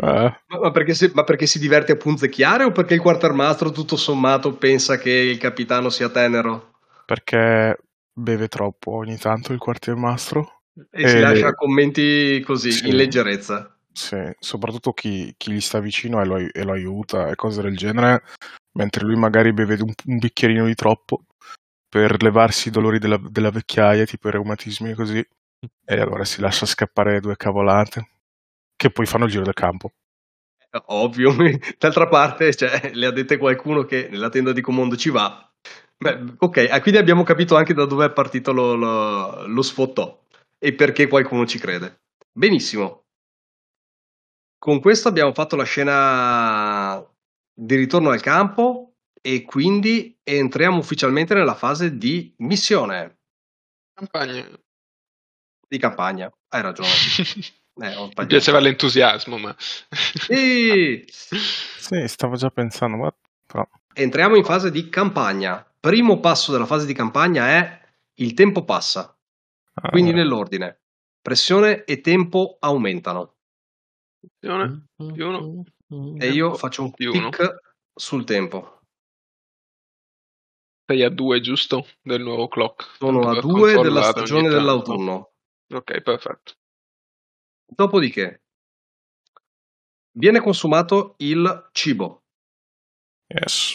Eh, Ma, ma perché si, ma perché si diverte a punzecchiare o perché il quartermastro tutto sommato pensa che il capitano sia tenero perché beve troppo ogni tanto il quartiermastro. e ci E lascia commenti così, sì, in leggerezza? sì, soprattutto chi, chi gli sta vicino e lo, e lo aiuta e cose del genere, mentre lui magari beve un, un bicchierino di troppo per levarsi i dolori della, della vecchiaia, tipo i reumatismi e così, e allora si lascia scappare due cavolate, che poi fanno il giro del campo. Ovvio, d'altra parte, cioè, le ha dette qualcuno che nella tenda di Comondo ci va. Beh, ok, ah, quindi abbiamo capito anche da dove è partito lo, lo, lo sfottò e perché qualcuno ci crede. Benissimo. Con questo abbiamo fatto la scena di ritorno al campo e quindi entriamo ufficialmente nella fase di missione Campagna. di campagna. Hai ragione. Eh, ho Mi sbagliato. piaceva l'entusiasmo, ma... Sì. Sì, stavo già pensando, ma però... Entriamo in fase di campagna. Primo passo della fase di campagna è il tempo passa. Quindi ah, nell'ordine. Pressione e tempo aumentano. Attenzione, più uno. E io Tempo faccio un più uno. tick sul tempo. Sei a due, giusto? Del nuovo clock. Sono Tanto a per due della controllare ogni stagione tanto. dell'autunno. Ok, perfetto. Dopodiché viene consumato il cibo. yes.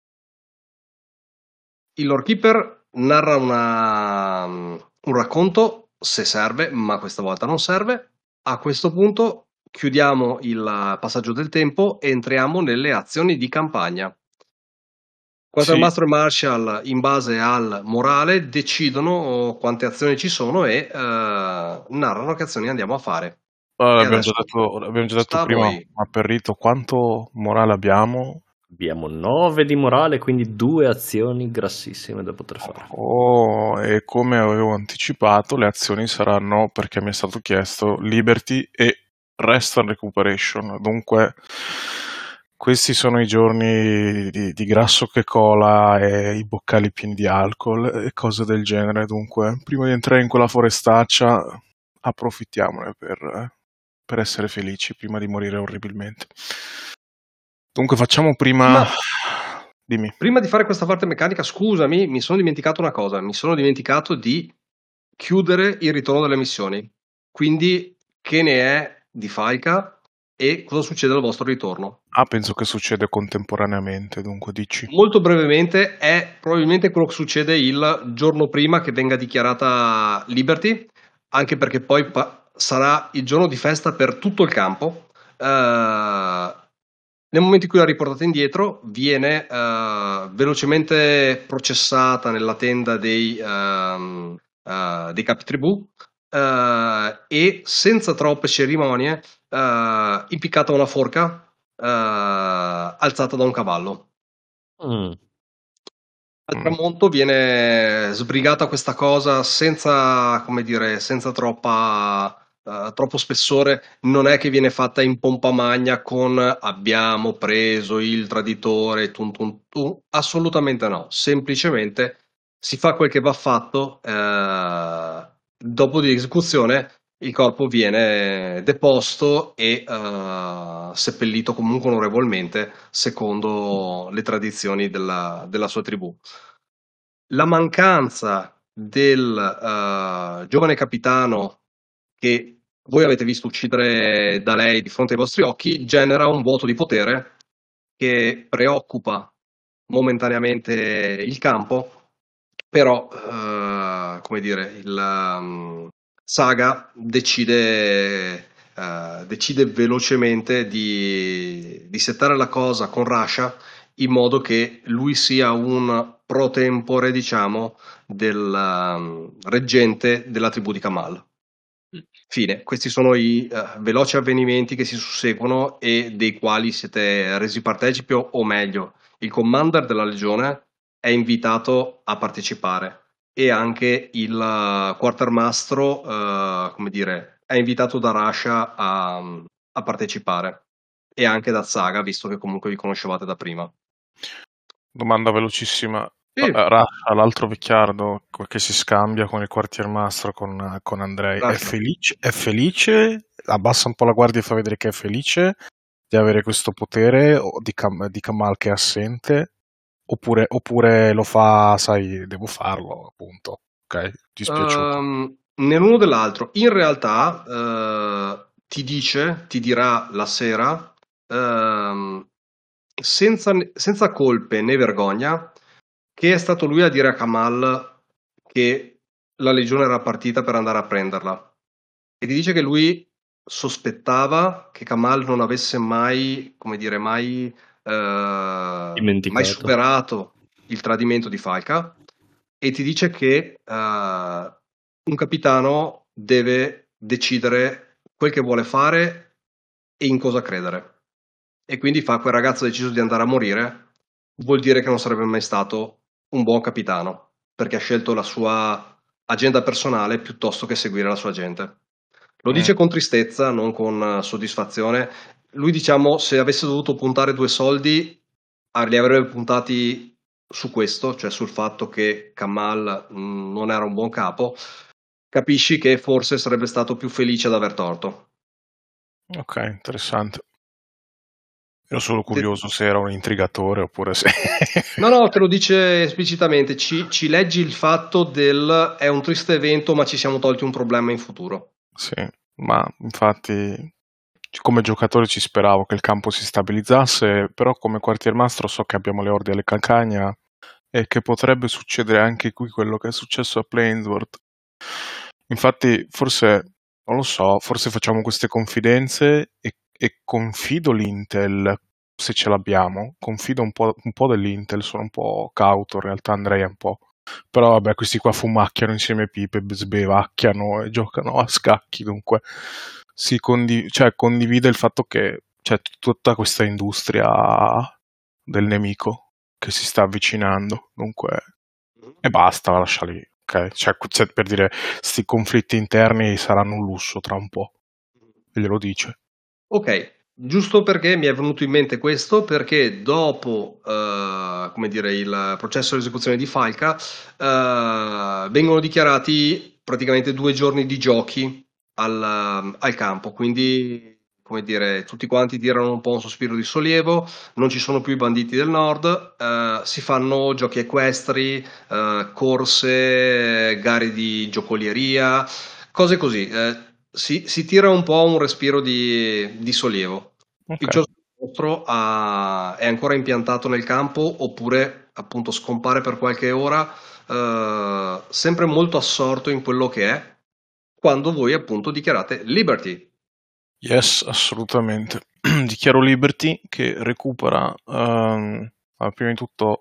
Il lore keeper narra una, un racconto, se serve, ma questa volta non serve. A questo punto chiudiamo il passaggio del tempo e entriamo nelle azioni di campagna. Quartermaster e Marshall, in base al morale, decidono quante azioni ci sono e uh, narrano che azioni andiamo a fare. Allora, E abbiamo, già adesso detto, abbiamo già detto sta a prima, voi. ma Perrito, quanto morale abbiamo? Abbiamo nove di morale, quindi due azioni grassissime da poter fare. Oh, e come avevo anticipato, le azioni saranno, perché mi è stato chiesto, Liberty e Rest and Recuperation. Dunque, questi sono i giorni di, di grasso che cola e i boccali pieni di alcol e cose del genere. Dunque, prima di entrare in quella forestaccia, approfittiamone per, per essere felici, prima di morire orribilmente. Dunque, facciamo prima... Ma... Dimmi. Prima di fare questa parte meccanica, scusami, mi sono dimenticato una cosa. Mi sono dimenticato di chiudere il ritorno delle missioni. Quindi, che ne è di Faika e cosa succede al vostro ritorno? Ah, penso che succede contemporaneamente, dunque dici. Molto brevemente, è probabilmente quello che succede il giorno prima che venga dichiarata Liberty, anche perché poi pa- sarà il giorno di festa per tutto il campo. Uh, nel momento in cui la riportate indietro, viene uh, velocemente processata nella tenda dei, uh, uh, dei capi tribù uh, e senza troppe cerimonie uh, impiccata una forca uh, alzata da un cavallo. Mm. Al tramonto viene sbrigata questa cosa senza, come dire, senza troppa, uh, troppo spessore. Non è che viene fatta in pompa magna con abbiamo preso il traditore, tun tun tun. Assolutamente no. Semplicemente si fa quel che va fatto. Uh, dopo di esecuzione il corpo viene deposto e uh, seppellito comunque onorevolmente secondo le tradizioni della, della sua tribù. La mancanza del uh, giovane capitano che voi avete visto uccidere da lei di fronte ai vostri occhi genera un vuoto di potere che preoccupa momentaneamente il campo, però uh, come dire, il um, Saga decide, uh, decide velocemente di, di settare la cosa con Rasha in modo che lui sia un pro tempore, diciamo, del um, reggente della tribù di Kamal. Fine, questi sono i uh, veloci avvenimenti che si susseguono e dei quali siete resi partecipi, o, o meglio, il commander della legione è invitato a partecipare e anche il uh, quartermastro, uh, come dire, è invitato da Rasha a, a partecipare e anche da Saga, visto che comunque vi conoscevate da prima. Domanda velocissima. Sì. Rasha, l'altro vecchiardo che si scambia con il quartiermastro, con, con Andrei, è felice, è felice? Abbassa un po' la guardia e fa vedere che è felice? di avere questo potere o di, Kam- di Kamal che è assente, oppure, oppure lo fa, sai, devo farlo, appunto. Ok, dispiaciuto. Um, né l'uno dell'altro. In realtà eh, ti dice, ti dirà la sera, ehm, senza, senza colpe né vergogna, che è stato lui a dire a Kamal che la legione era partita per andare a prenderla. E ti dice che lui sospettava che Kamal non avesse mai, come dire, mai, eh, mai Dimenticato. superato il tradimento di Falca. E ti dice che eh, un capitano deve decidere quel che vuole fare e in cosa credere. E quindi fa quel ragazzo ha deciso di andare a morire, vuol dire che non sarebbe mai stato un buon capitano, perché ha scelto la sua agenda personale piuttosto che seguire la sua gente. Lo dice Mm. con tristezza, non con eh, soddisfazione. Lui, diciamo, se avesse dovuto puntare due soldi, ah, li avrebbe puntati su questo, cioè sul fatto che Kamal mh, non era un buon capo. Capisci che forse sarebbe stato più felice ad aver torto. Ok, interessante. Ero solo De- curioso se era un intrigatore oppure se... No, no, te lo dice esplicitamente, ci, ci leggi il fatto del è un triste evento, ma ci siamo tolti un problema in futuro. Sì, ma infatti come giocatore ci speravo che il campo si stabilizzasse, però come quartiermastro so che abbiamo le orde alle calcagna e che potrebbe succedere anche qui quello che è successo a Plainsworth. Infatti forse, non lo so, forse facciamo queste confidenze e, e confido l'Intel, se ce l'abbiamo, confido un po', un po' dell'Intel, sono un po' cauto, in realtà andrei un po'. Però vabbè, questi qua fumacchiano insieme a pipe, sbevacchiano e giocano a scacchi, dunque si condiv- cioè, condivide il fatto che c'è t- tutta questa industria del nemico che si sta avvicinando, dunque e basta, lascia lì, ok? Cioè, cioè, per dire, sti conflitti interni saranno un lusso tra un po', e glielo dice. Ok, giusto perché mi è venuto in mente questo, perché dopo, eh, come dire, il processo di esecuzione di Falca, eh, vengono dichiarati praticamente due giorni di giochi al, al campo, quindi, come dire, tutti quanti tirano un po' un sospiro di sollievo, non ci sono più i banditi del nord, eh, si fanno giochi equestri, eh, corse, gare di giocolieria, cose così. eh, si, si tira un po' un respiro di, di sollievo. Il Ok. giostro ha- è ancora impiantato nel campo oppure appunto scompare per qualche ora, eh, sempre molto assorto in quello che è, quando voi appunto dichiarate Liberty. Yes, assolutamente. Dichiaro Liberty che recupera, ehm, ah, prima di tutto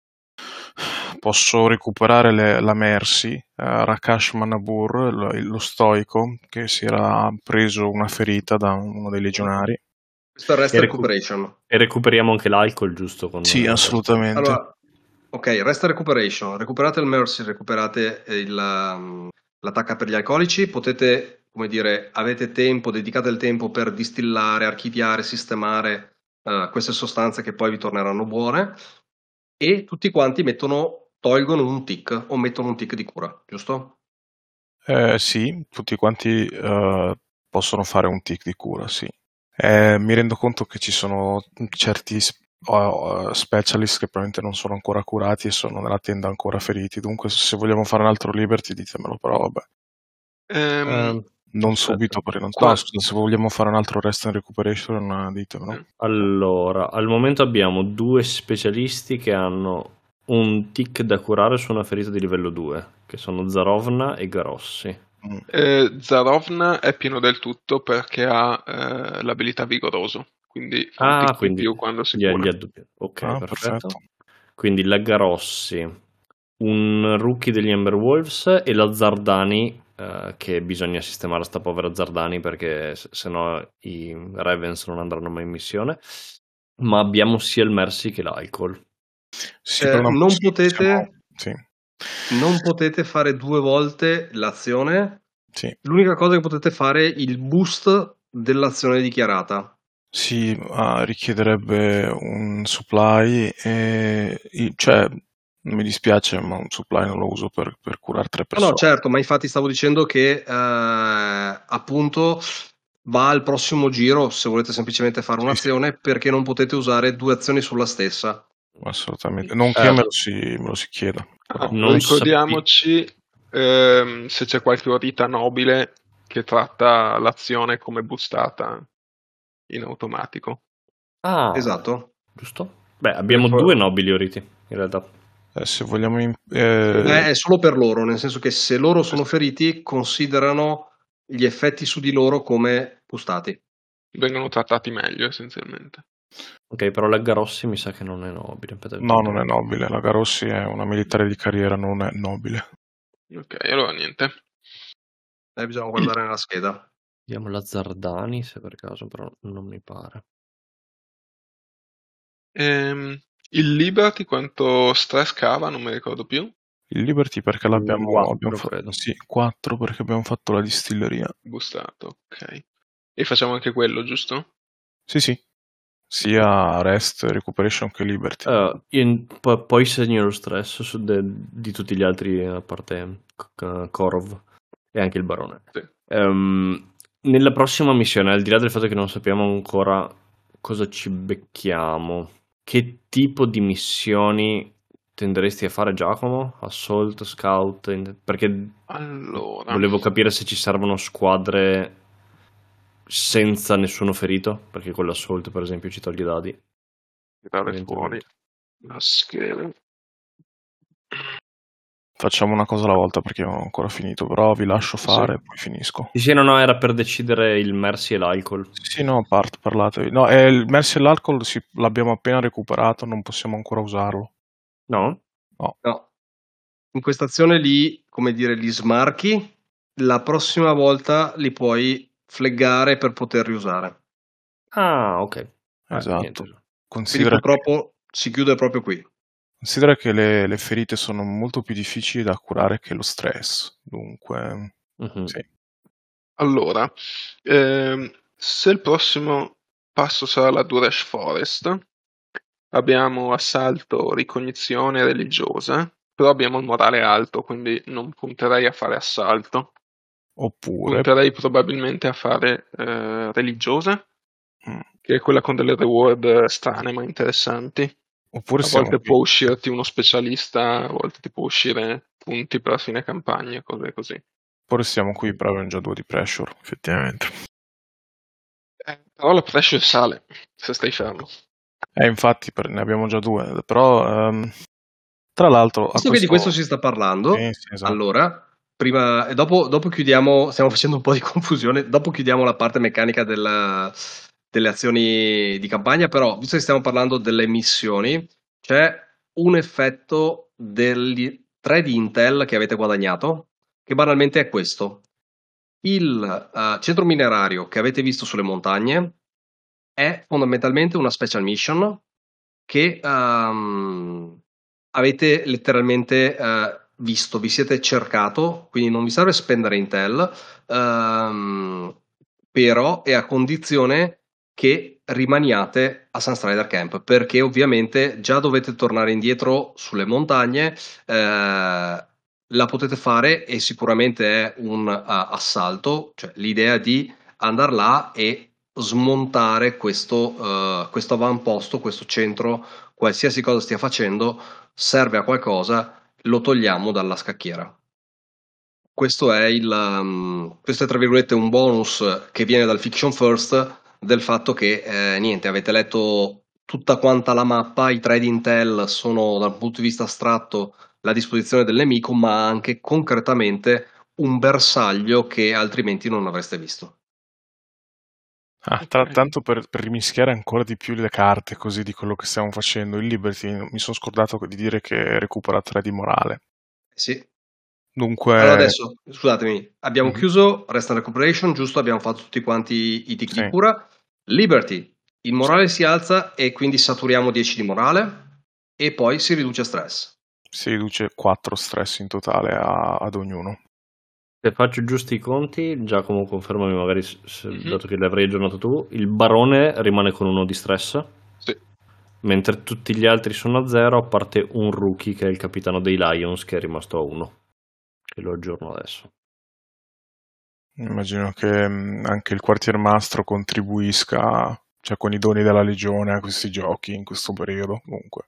posso recuperare le- la Mercy, eh, Rakash Manabur, lo, lo stoico, che si era preso una ferita da uno dei legionari. Questo è il rest E, recu- recuperation. e recuperiamo anche l'alcol, giusto? Con, Sì, eh, assolutamente. Allora, ok, rest recuperation. Recuperate il Mercy, recuperate il, um, l'attacca per gli alcolici. Potete, come dire, avete tempo, dedicate il tempo per distillare, archiviare, sistemare eh, queste sostanze che poi vi torneranno buone. E tutti quanti mettono, tolgono un tick o mettono un tick di cura, giusto? Eh, sì, tutti quanti eh, possono fare un tick di cura, sì. Eh, mi rendo conto che ci sono certi s- uh, specialist che probabilmente non sono ancora curati e sono nella tenda ancora feriti. Dunque, se vogliamo fare un altro Liberty, ditemelo, però vabbè. Ehm, Ehm, Non aspetta. subito, perché non... qua- no, scusa, se vogliamo fare un altro Rest and Recuperation, eh, ditemelo. eh, Allora, al momento abbiamo due specialisti che hanno un tick da curare su una ferita di livello due, che sono Zarovna e Garossi. Mm. eh, Zarovna è pieno del tutto perché ha eh, l'abilità vigoroso, quindi fa un Ah, tick in quindi più quando si gli, cura. gli addobbi- Ok, Ah, perfetto. perfetto. Quindi la Garossi, un rookie degli Ember Wolves e la Zardani, eh, che bisogna sistemare sta povera Zardani perché se se no i Ravens non andranno mai in missione. Ma abbiamo sia il Mercy che l'Alcol. Sì, Eh, però non, non possiamo- potete, Sì, non potete fare due volte l'azione. sì. L'unica cosa che potete fare è il boost dell'azione dichiarata. Sì, ma richiederebbe un supply e... i- cioè, mi dispiace, ma un supply non lo uso per, per curare tre No, no, persone. certo, ma infatti stavo dicendo che eh, appunto va al prossimo giro se volete semplicemente fare Sì, un'azione, sì, perché non potete usare due azioni sulla stessa. assolutamente. Non che Eh, me lo si, me lo si chieda, Ah, però. non ricordiamoci ehm, se c'è qualche orita nobile che tratta l'azione come boostata in automatico. Ah, Esatto. giusto? Beh, abbiamo Perché due poi- nobili oriti, in realtà. Eh, se vogliamo... in- eh, Beh, è solo per loro, nel senso che se loro sono feriti, considerano gli effetti su di loro come pustati. vengono trattati meglio essenzialmente. Ok, però Leggarossi mi sa che non è nobile. Aspetta, no, non è vediamo. nobile. La Garossi è una militare di carriera, non è nobile. Ok, allora niente. Eh, bisogna guardare nella scheda. Vediamo la Zardani, se per caso, però non mi pare. Ehm, il Liberty quanto stress cava? Non mi ricordo più. Il Liberty perché l'abbiamo... Quattro, abbiamo fa- credo. Sì, quattro perché abbiamo fatto la distilleria. Boostato, ok. E facciamo anche quello, giusto? Sì, sì. Sia Rest, Recuperation che Liberty. Eh, in- po- poi segno lo stress su de- di tutti gli altri, a parte K- Korov e anche il barone. Sì. Ehm, nella prossima missione, al di là del fatto che non sappiamo ancora cosa ci becchiamo, che tipo di missioni tenderesti a fare, Giacomo? Assault, scout? in- Perché Allora, volevo capire se ci servono squadre senza nessuno ferito, perché con l'assault, per esempio, ci toglie dadi. tirare fuori eventualmente. la scheda. Facciamo una cosa alla volta perché non ho ancora finito, però vi lascio fare e Sì. poi finisco. Sì, sì, no, no, era per decidere il Mercy e l'alcol. Sì, sì, no, part, parlatevi. No, è il Mercy e l'alcol sì, l'abbiamo appena recuperato, non possiamo ancora usarlo. No? No. In questa azione lì, come dire, li smarchi, la prossima volta li puoi flaggare per poter riusare. Ah, ok. Eh, Esatto. niente. Quindi Considera che, purtroppo si chiude proprio qui. considera che le, le ferite sono molto più difficili da curare che lo stress. Dunque, Mhm. sì. Allora, ehm, se il prossimo passo sarà la Duresh Forest, abbiamo assalto, ricognizione religiosa, però abbiamo il morale alto, quindi non punterei a fare assalto. Oppure, Punterei probabilmente a fare eh, religiosa, mm, che è quella con delle reward strane ma interessanti. oppure A siamo volte qui. può uscirti uno specialista, a volte ti può uscire punti per la fine campagna, cose così. Oppure siamo qui, però abbiamo già due di pressure, effettivamente. Eh, però la pressure sale se stai fermo. Eh, infatti, per- ne abbiamo già due, però, ehm, tra l'altro, a Visto che di questo... questo si sta parlando, Sì, sì, esatto. allora, prima e dopo, dopo chiudiamo, stiamo facendo un po' di confusione, dopo chiudiamo la parte meccanica del- delle azioni di campagna, però, visto che stiamo parlando delle missioni, c'è un effetto degli tre di Intel che avete guadagnato, che banalmente è questo. Il eh, centro minerario che avete visto sulle montagne è fondamentalmente una special mission che ehm, avete letteralmente eh, visto, vi siete cercato, quindi non vi serve spendere Intel, ehm, però è a condizione che rimaniate a Sunstrider Camp, perché ovviamente già dovete tornare indietro sulle montagne, eh, la potete fare e sicuramente è un uh, assalto, cioè l'idea di andare là e smontare questo, uh, questo avamposto, questo centro, qualsiasi cosa stia facendo, serve a qualcosa, lo togliamo dalla scacchiera. Questo è il, um, questo è tra virgolette un bonus che viene dal Fiction First del fatto che eh, niente, avete letto tutta quanta la mappa, i tre di Intel sono dal punto di vista astratto la disposizione del nemico, ma anche concretamente un bersaglio che altrimenti non avreste visto. Ah, tra- Ok. tanto per, per rimischiare ancora di più le carte così di quello che stiamo facendo, il Liberty mi sono scordato di dire che recupera tre di morale. Sì. Dunque, Allora adesso, scusatemi, abbiamo Mhm. chiuso Rest and Recuperation, giusto? Abbiamo fatto tutti quanti i tic Sì. di cura. Liberty, il morale si alza e quindi saturiamo dieci di morale e poi si riduce stress. Si riduce quattro stress in totale a- ad ognuno. Se faccio giusti i conti, Giacomo, confermami magari, se- se- Mhm. dato che l'avrei aggiornato tu, il barone rimane con uno di stress, Sì. mentre tutti gli altri sono a zero, a parte un rookie che è il capitano dei Lions che è rimasto a uno, che lo aggiorno adesso. Immagino che mh, anche il quartiermastro contribuisca, cioè con i doni della legione, a questi giochi in questo periodo, comunque.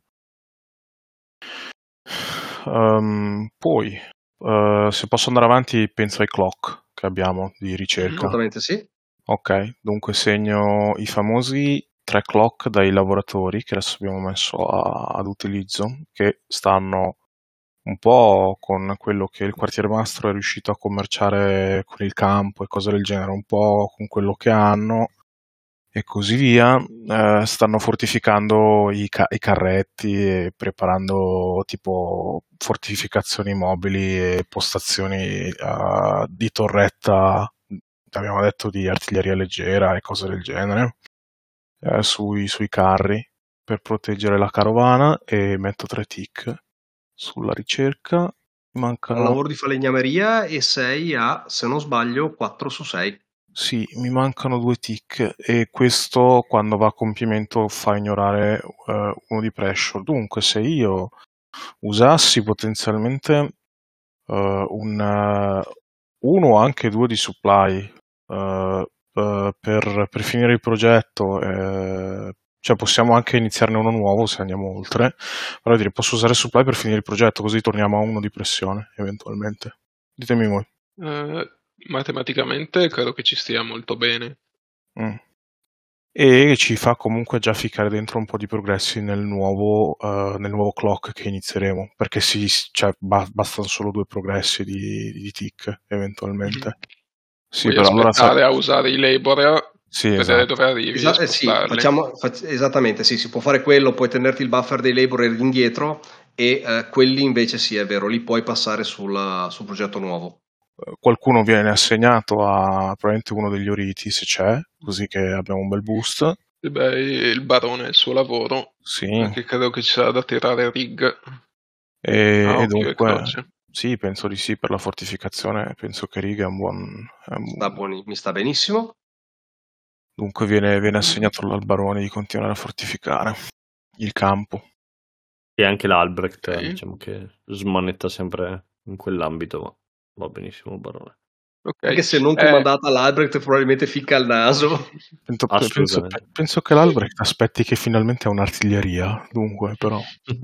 Um, poi, uh, se posso andare avanti, penso ai clock che abbiamo di ricerca. Assolutamente sì. Ok, dunque segno i famosi tre clock dai lavoratori che adesso abbiamo messo a- ad utilizzo, che stanno un po' con quello che il quartiermastro è riuscito a commerciare con il campo e cose del genere, un po' con quello che hanno e così via. Eh, stanno fortificando i, ca- i carretti e preparando tipo fortificazioni mobili e postazioni eh, di torretta, abbiamo detto di artiglieria leggera e cose del genere, eh, sui, sui carri per proteggere la carovana, e metto tre tick sulla ricerca. Al Mancano, lavoro di falegnameria e sei a, se non sbaglio, quattro su sei. sì, mi mancano due tick e questo quando va a compimento fa ignorare eh, uno di pressure. Dunque, se io usassi potenzialmente eh, un, eh, uno o anche due di supply eh, eh, per, per finire il progetto, eh, cioè possiamo anche iniziarne uno nuovo se andiamo oltre, però dire, posso usare supply per finire il progetto, così torniamo a uno di pressione eventualmente. Ditemi voi. Eh, matematicamente credo che ci stia molto bene. Mm. E ci fa comunque già ficcare dentro un po' di progressi nel nuovo, uh, nel nuovo clock che inizieremo, perché sì, cioè, ba- bastano solo due progressi di, di tick eventualmente. Mm-hmm. Sì, Puoi però allora aspettare sa- a usare i labor, sì, vedere esatto. dove arrivi Esa- e eh, sì, spostarli. facciamo, fac- esattamente, sì, si può fare quello, puoi tenerti il buffer dei labor indietro e eh, quelli invece sì, è vero, li puoi passare sul, sul progetto nuovo. Eh, Qualcuno viene assegnato a probabilmente uno degli oriti se c'è, così che abbiamo un bel boost. E beh, il barone è il suo lavoro, Sì, perché credo che ci sarà da tirare rig e, a e occhio e dunque croce. sì, penso di sì, per la fortificazione penso che Riga è un buon... È un Sta buoni- mi sta benissimo. Dunque viene, viene assegnato al barone di continuare a fortificare il campo. E anche l'Albrecht, Ok. diciamo che smanetta sempre in quell'ambito, ma va benissimo il barone. Ok. Anche se non Eh, comandata l'Albrecht probabilmente ficca il naso. Penso, penso, Assolutamente. penso che l'Albrecht aspetti che finalmente ha un'artiglieria, dunque però,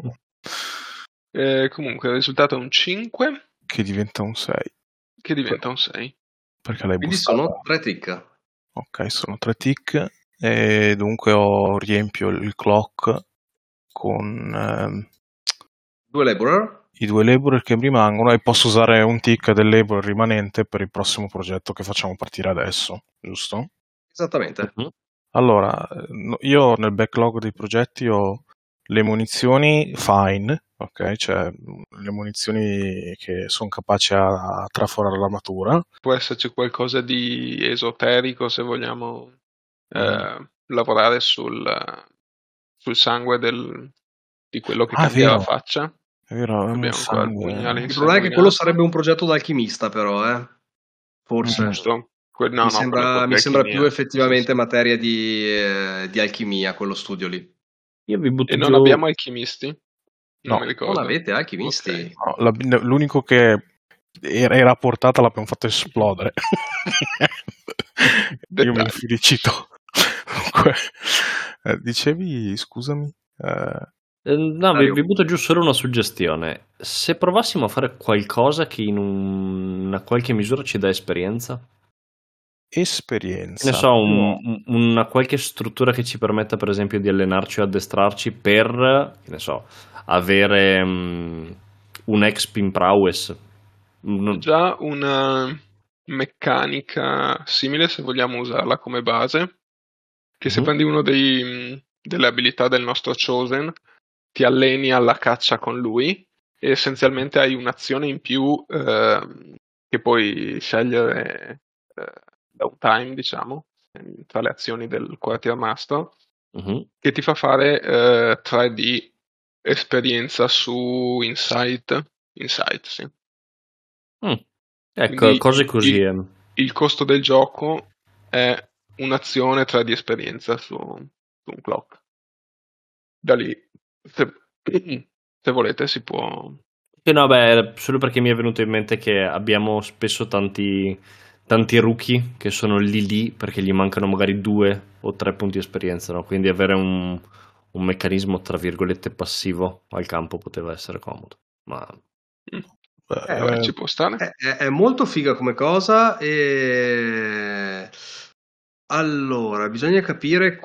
eh, comunque il risultato è un cinque che diventa un sei, che diventa un sei. perché l'hai Quindi boostata. sono tre tick. Ok, sono tre tick e dunque ho, riempio il clock con ehm, Due laborer. i due laborer che mi rimangono, e posso usare un tick del laborer rimanente per il prossimo progetto che facciamo partire adesso, giusto? Esattamente. Mhm. Allora, eh, no- io nel backlog dei progetti ho le munizioni fine, ok? Cioè mh, le munizioni che sono capaci a, a traforare l'armatura. Può esserci qualcosa di esoterico se vogliamo Mm. eh, lavorare sul, sul sangue del, di quello che Ah, cambia la vero, faccia. è vero, avevamo il Abbiamo ancora il pugnale sangue. Il problema è che quello insanguinato. sarebbe un progetto d'alchimista, però, eh. Forse. Mm. Giusto? Que- no, Mi no, quello è sembra, proprio mi sembra più alchimia. effettivamente Sì, sì. materia di, eh, di alchimia, quello studio lì. Io vi E butto non giù... abbiamo alchimisti? Non No, mi Non ricordo. avete alchimisti? Ok. no, la- l'unico che era, era a portata l'abbiamo fatto esplodere. Io mi Dettagli. infelicito. Comunque, eh, dicevi, scusami? Eh, Eh, No, vi, Dario. vi butto giù solo una suggestione. Se provassimo a fare qualcosa che in un- una qualche misura ci dà esperienza, che esperienza. ne so, un- No. un- una qualche struttura che ci permetta, per esempio, di allenarci o addestrarci per, che ne so, avere mm, un exp in prowess. Un- Già una meccanica simile, se vogliamo usarla come base, che se Mhm. prendi uno dei, delle abilità del nostro Chosen, ti alleni alla caccia con lui e essenzialmente hai un'azione in più ehm, che puoi scegliere eh, da un time, diciamo, tra le azioni del quartiermastro, Mhm. che ti fa fare eh, tre D esperienza su Insight. Insight, sì. Mm. Ecco, Quindi cose così. il, eh. il costo del gioco è un'azione tre di esperienza su, su un clock. Da lì, se, se volete, si può. Sì, no, beh, solo perché mi è venuto in mente che abbiamo spesso tanti, tanti rookie che sono lì lì perché gli mancano magari due o tre punti di esperienza, no? Quindi avere un, un meccanismo tra virgolette passivo al campo poteva essere comodo, ma Eh, Eh, ci può stare. È, è- è molto figa come cosa e allora bisogna capire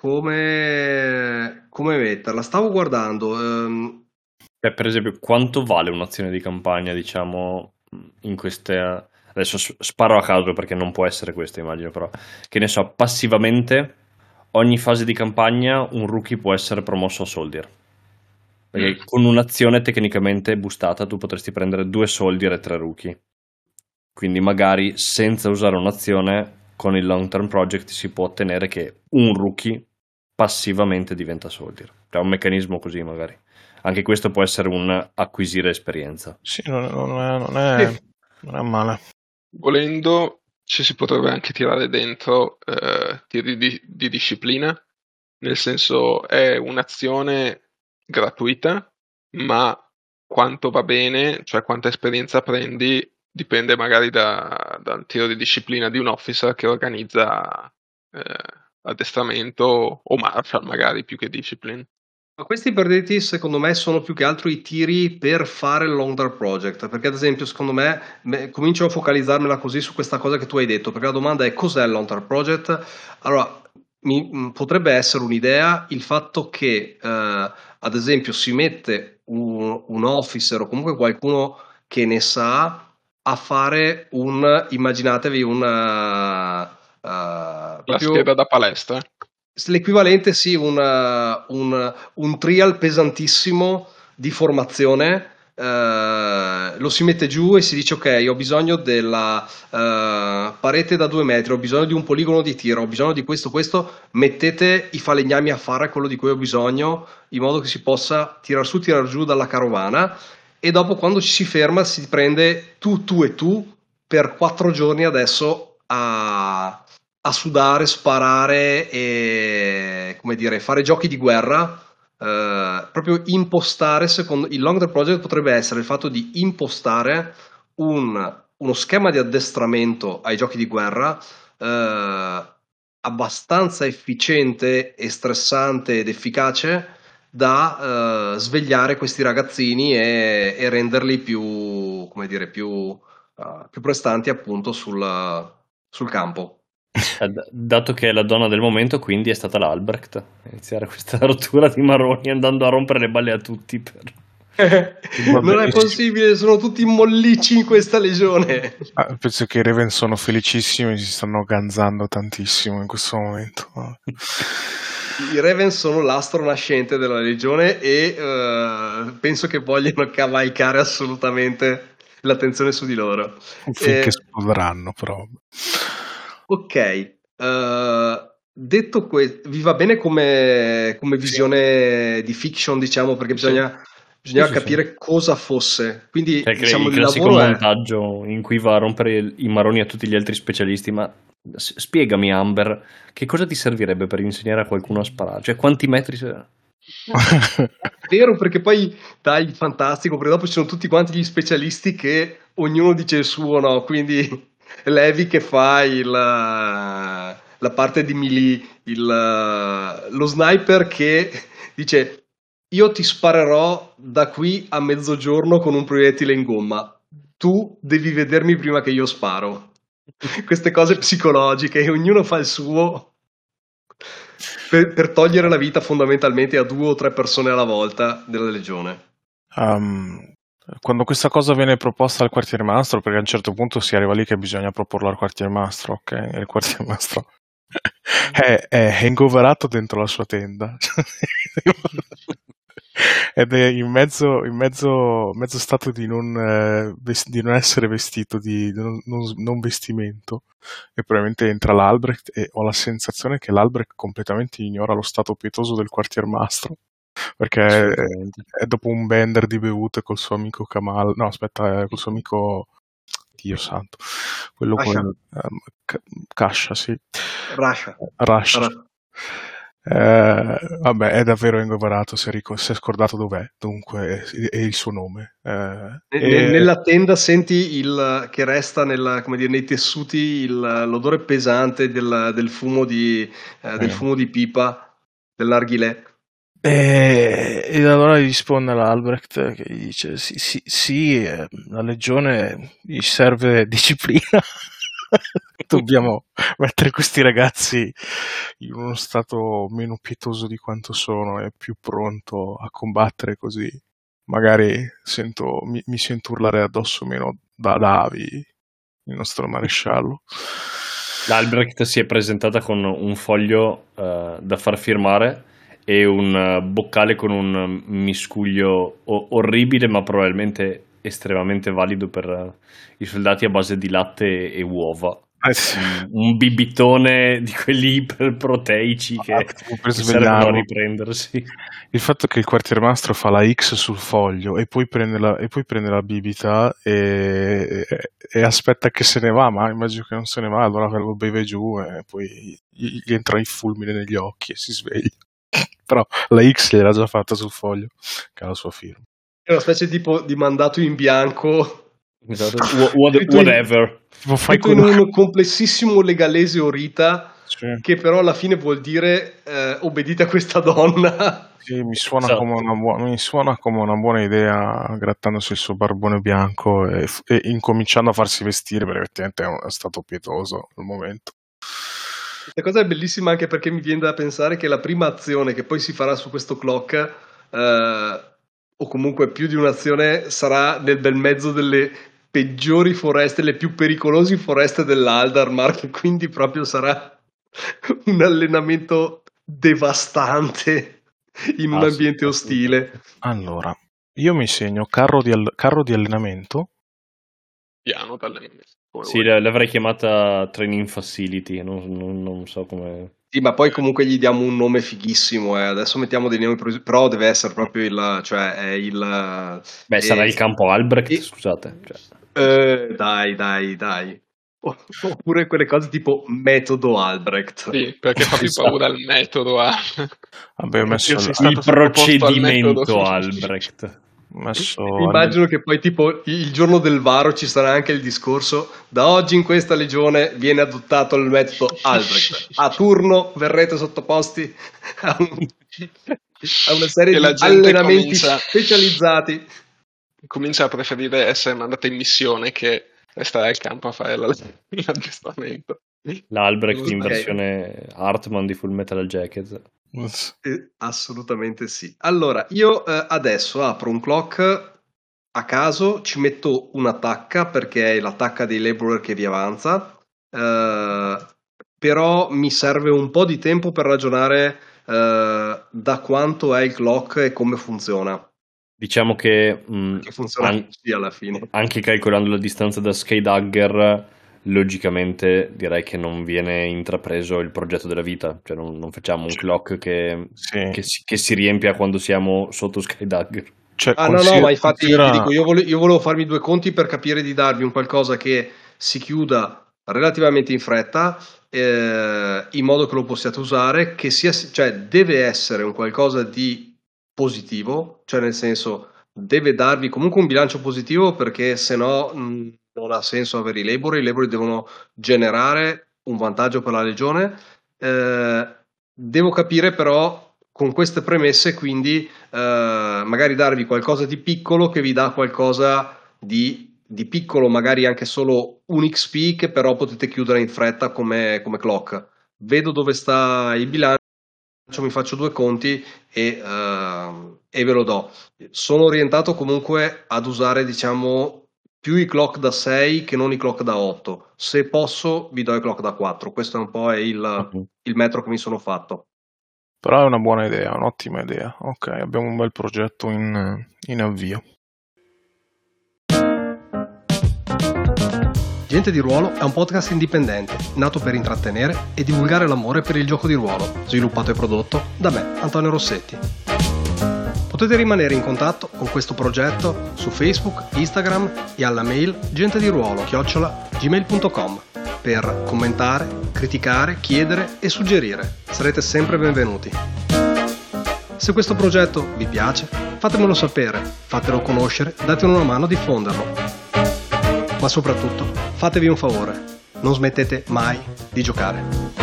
come, come metterla. Stavo guardando, ehm, Beh, per esempio, quanto vale un'azione di campagna, diciamo, in queste... Adesso s- sparo a caso perché non può essere questo, immagino, però, che ne so, passivamente, ogni fase di campagna un rookie può essere promosso a soldier. Perché Mm. con un'azione tecnicamente boostata tu potresti prendere due soldier e tre rookie. Quindi magari senza usare un'azione, con il long term project si può ottenere che un rookie passivamente diventa soldier. Cioè un meccanismo così magari. Anche questo può essere un acquisire esperienza. Sì, non, non è, non, è, sì, non è male. Volendo, ci si potrebbe anche tirare dentro eh, tiri di, di disciplina, nel senso è un'azione gratuita, ma quanto va bene, cioè quanta esperienza prendi, dipende magari da, dal tiro di disciplina di un officer che organizza eh, addestramento o marshal magari più che discipline. ma questi per dirti, secondo me, sono più che altro i tiri per fare il long term project. Perché, ad esempio, secondo me, me- comincio a focalizzarmela così su questa cosa che tu hai detto. Perché la domanda è: cos'è il long term project? Allora, mi- mh, potrebbe essere un'idea il fatto che, eh, ad esempio, si mette un, un officer o comunque qualcuno che ne sa a fare un, immaginatevi un, eh, eh, La scheda proprio da palestra. l'equivalente, sì, un, uh, un, un trial pesantissimo di formazione. eh, lo si mette giù e si dice: ok, ho bisogno della eh, parete da due metri, ho bisogno di un poligono di tiro, ho bisogno di questo, questo. Mettete i falegnami a fare quello di cui ho bisogno, in modo che si possa tirar su, tirar giù dalla carovana. E dopo, quando ci si ferma, si prende tu, tu e tu per quattro giorni adesso a a sudare, sparare e, come dire, fare giochi di guerra. Eh, proprio impostare, secondo il long term project potrebbe essere il fatto di impostare un- uno schema di addestramento ai giochi di guerra eh, abbastanza efficiente e stressante ed efficace da eh, svegliare questi ragazzini e, e renderli più, come dire, più, eh, più prestanti appunto sul, sul campo. Eh, d- Dato che è la donna del momento, quindi è stata l'Albrecht a iniziare questa rottura di maroni andando a rompere le balle a tutti. Per... Va Non è benissimo. possibile, sono tutti mollicci in questa legione. Ah, penso che i Raven sono felicissimi, si stanno ganzando tantissimo in questo momento. I Raven sono l'astro nascente della legione e eh, penso che vogliano cavalcare assolutamente l'attenzione su di loro. Finché Eh, esploderanno, però. ok, eh, detto questo, vi va bene come, come Sì. visione di fiction, diciamo, perché Sì. bisogna, bisogna Sì, sì, capire cosa fosse. Quindi, Cioè, diciamo, il il classico lavoro è... montaggio in cui va a rompere i maroni a tutti gli altri specialisti. Ma s- spiegami, Amber, che cosa ti servirebbe per insegnare a qualcuno a sparare? Cioè, quanti metri... se- Vero, perché poi dai, fantastico, perché dopo ci sono tutti quanti gli specialisti che ognuno dice il suo, no? Quindi Levi che fa il, la parte di melee, il, lo sniper che dice: io ti sparerò da qui a mezzogiorno con un proiettile in gomma, tu devi vedermi prima che io sparo. Queste cose psicologiche, e ognuno fa il suo per, per togliere la vita fondamentalmente a due o tre persone alla volta della legione. Um, quando questa cosa viene proposta al quartier mastro, perché a un certo punto si arriva lì che bisogna proporlo al quartier mastro, ok? E il quartier mastro è, è hangoverato dentro la sua tenda. Ed è in mezzo, in mezzo, mezzo stato di non, eh, ves- di non essere vestito, di, di non, non- non vestimento. E probabilmente entra l'Albrecht e ho la sensazione che l'Albrecht completamente ignora lo stato pietoso del quartier mastro. Perché è, Assolutamente. è dopo un bender di bevute col suo amico Kamal, no aspetta, è col suo amico, Dio santo, quello con Asha. um, K- Kasha, sì. Rasha. Rush. Rasha. Eh, vabbè, è davvero ingoverato, si è, ric- si è scordato dov'è, dunque è, è il suo nome. Eh, N- e- Nella tenda senti il, che resta nella- come dire, nei tessuti il- l'odore pesante del, del fumo di, eh, del eh. fumo di pipa, del narghilè. E, e allora gli risponde l'Albrecht che gli dice sì, sì, sì, eh, la legione gli serve disciplina. Dobbiamo mettere questi ragazzi in uno stato meno pietoso di quanto sono e più pronto a combattere, così magari sento, mi, mi sento urlare addosso meno da Davi, il nostro maresciallo. L'Albrecht si è presentata con un foglio eh, da far firmare e un eh, boccale con un miscuglio o- orribile, ma probabilmente estremamente valido per eh, i soldati a base di latte e, e uova. Eh sì. Un, un bibitone di quelli iperproteici che, Ah, tipo per che servono a svegliarlo. riprendersi. Il fatto che il quartiermastro fa la X sul foglio e poi prende la, e poi prende la bibita e, e, e aspetta che se ne va, ma immagino che non se ne va, allora lo beve giù e poi gli, gli entra il fulmine negli occhi e si sveglia. Però la X gliel'ha già fatta sul foglio, che ha la sua firma. È una specie tipo di mandato in bianco. Esatto. Wha- what- Scritto in- whatever. Tipo, fai Scritto in quello un complessissimo legalese orita, che... che però alla fine vuol dire eh, obbedite a questa donna. Sì, mi suona, Esatto. come una buona, mi suona come una buona idea, grattandosi il suo barbone bianco e, e incominciando a farsi vestire, perché effettivamente è, un, è stato pietoso al momento. Questa cosa è bellissima anche perché mi viene da pensare che la prima azione che poi si farà su questo clock, eh, o comunque più di un'azione, sarà nel bel mezzo delle peggiori foreste, le più pericolose foreste dell'Aldarmark, quindi proprio sarà un allenamento devastante in un Ah, sì, ambiente ostile. Allora, io mi segno carro di, all- carro di allenamento. Piano d'allenamento. come Sì, vuoi. l- l'avrei chiamata Training Facility, non, non- non so come... Sì, ma poi comunque gli diamo un nome fighissimo, eh. Adesso mettiamo dei nomi, pres- però deve essere proprio il, cioè è il... Beh, eh, sarà il campo Albrecht, e- scusate. Cioè. Eh, dai, dai, dai. O- Oppure quelle cose tipo metodo Albrecht. Sì, perché fa più Esatto. paura il metodo A. Vabbè, ho messo, Io sei il- stato Il sottoposto al procedimento metodo. Albrecht. ho messo Immagino che poi tipo il giorno del varo ci sarà anche il discorso: da oggi in questa legione viene adottato il metodo Albrecht, a turno verrete sottoposti a, un- a una serie E di la gente allenamenti comincia- specializzati. Comincia a preferire essere mandata in missione che restare al campo a fare la- l'addestramento. L'Albrecht in Ok. versione Hartman di Full Metal Jacket. Eh, assolutamente sì. Allora, io eh, adesso apro un clock a caso, ci metto una tacca perché è la tacca dei laborer che vi avanza, eh, però mi serve un po' di tempo per ragionare eh, da quanto è il clock e come funziona. Diciamo che mh, Che funziona an- così alla fine. anche calcolando la distanza da Skydagger, logicamente direi che non viene intrapreso il progetto della vita, cioè non, non facciamo un clock che, Sì. che si, che si riempia quando siamo sotto Skydagger. Cioè, Ah no, no, considera- ma infatti considera- ti dico, io, vole- io volevo farmi due conti per capire di darvi un qualcosa che si chiuda relativamente in fretta, eh, in modo che lo possiate usare, che sia, cioè deve essere un qualcosa di positivo, cioè nel senso deve darvi comunque un bilancio positivo, perché se no mh, non ha senso avere i labor, i labor devono generare un vantaggio per la legione. Eh, devo capire però con queste premesse, quindi eh, magari darvi qualcosa di piccolo che vi dà qualcosa di, di piccolo, magari anche solo un X P che però potete chiudere in fretta come, come clock. Vedo dove sta il bilancio, mi faccio due conti e, eh, e ve lo do. Sono orientato comunque ad usare, diciamo, più i clock da sei che non i clock da otto. Se posso vi do i clock da quattro. Questo è un po' il, Mhm. il metro che mi sono fatto. Però è una buona idea, un'ottima idea. Ok, abbiamo un bel progetto in, in avvio. Gente di Ruolo è un podcast indipendente, nato per intrattenere e divulgare l'amore per il gioco di ruolo, sviluppato e prodotto da me, Antonio Rossetti. Potete rimanere in contatto con questo progetto su Facebook, Instagram e alla mail gentediruolo chiocciola gmail punto com. per commentare, criticare, chiedere e suggerire. Sarete sempre benvenuti. Se questo progetto vi piace, fatemelo sapere, fatelo conoscere, datemi una mano a diffonderlo. Ma soprattutto, fatevi un favore, non smettete mai di giocare.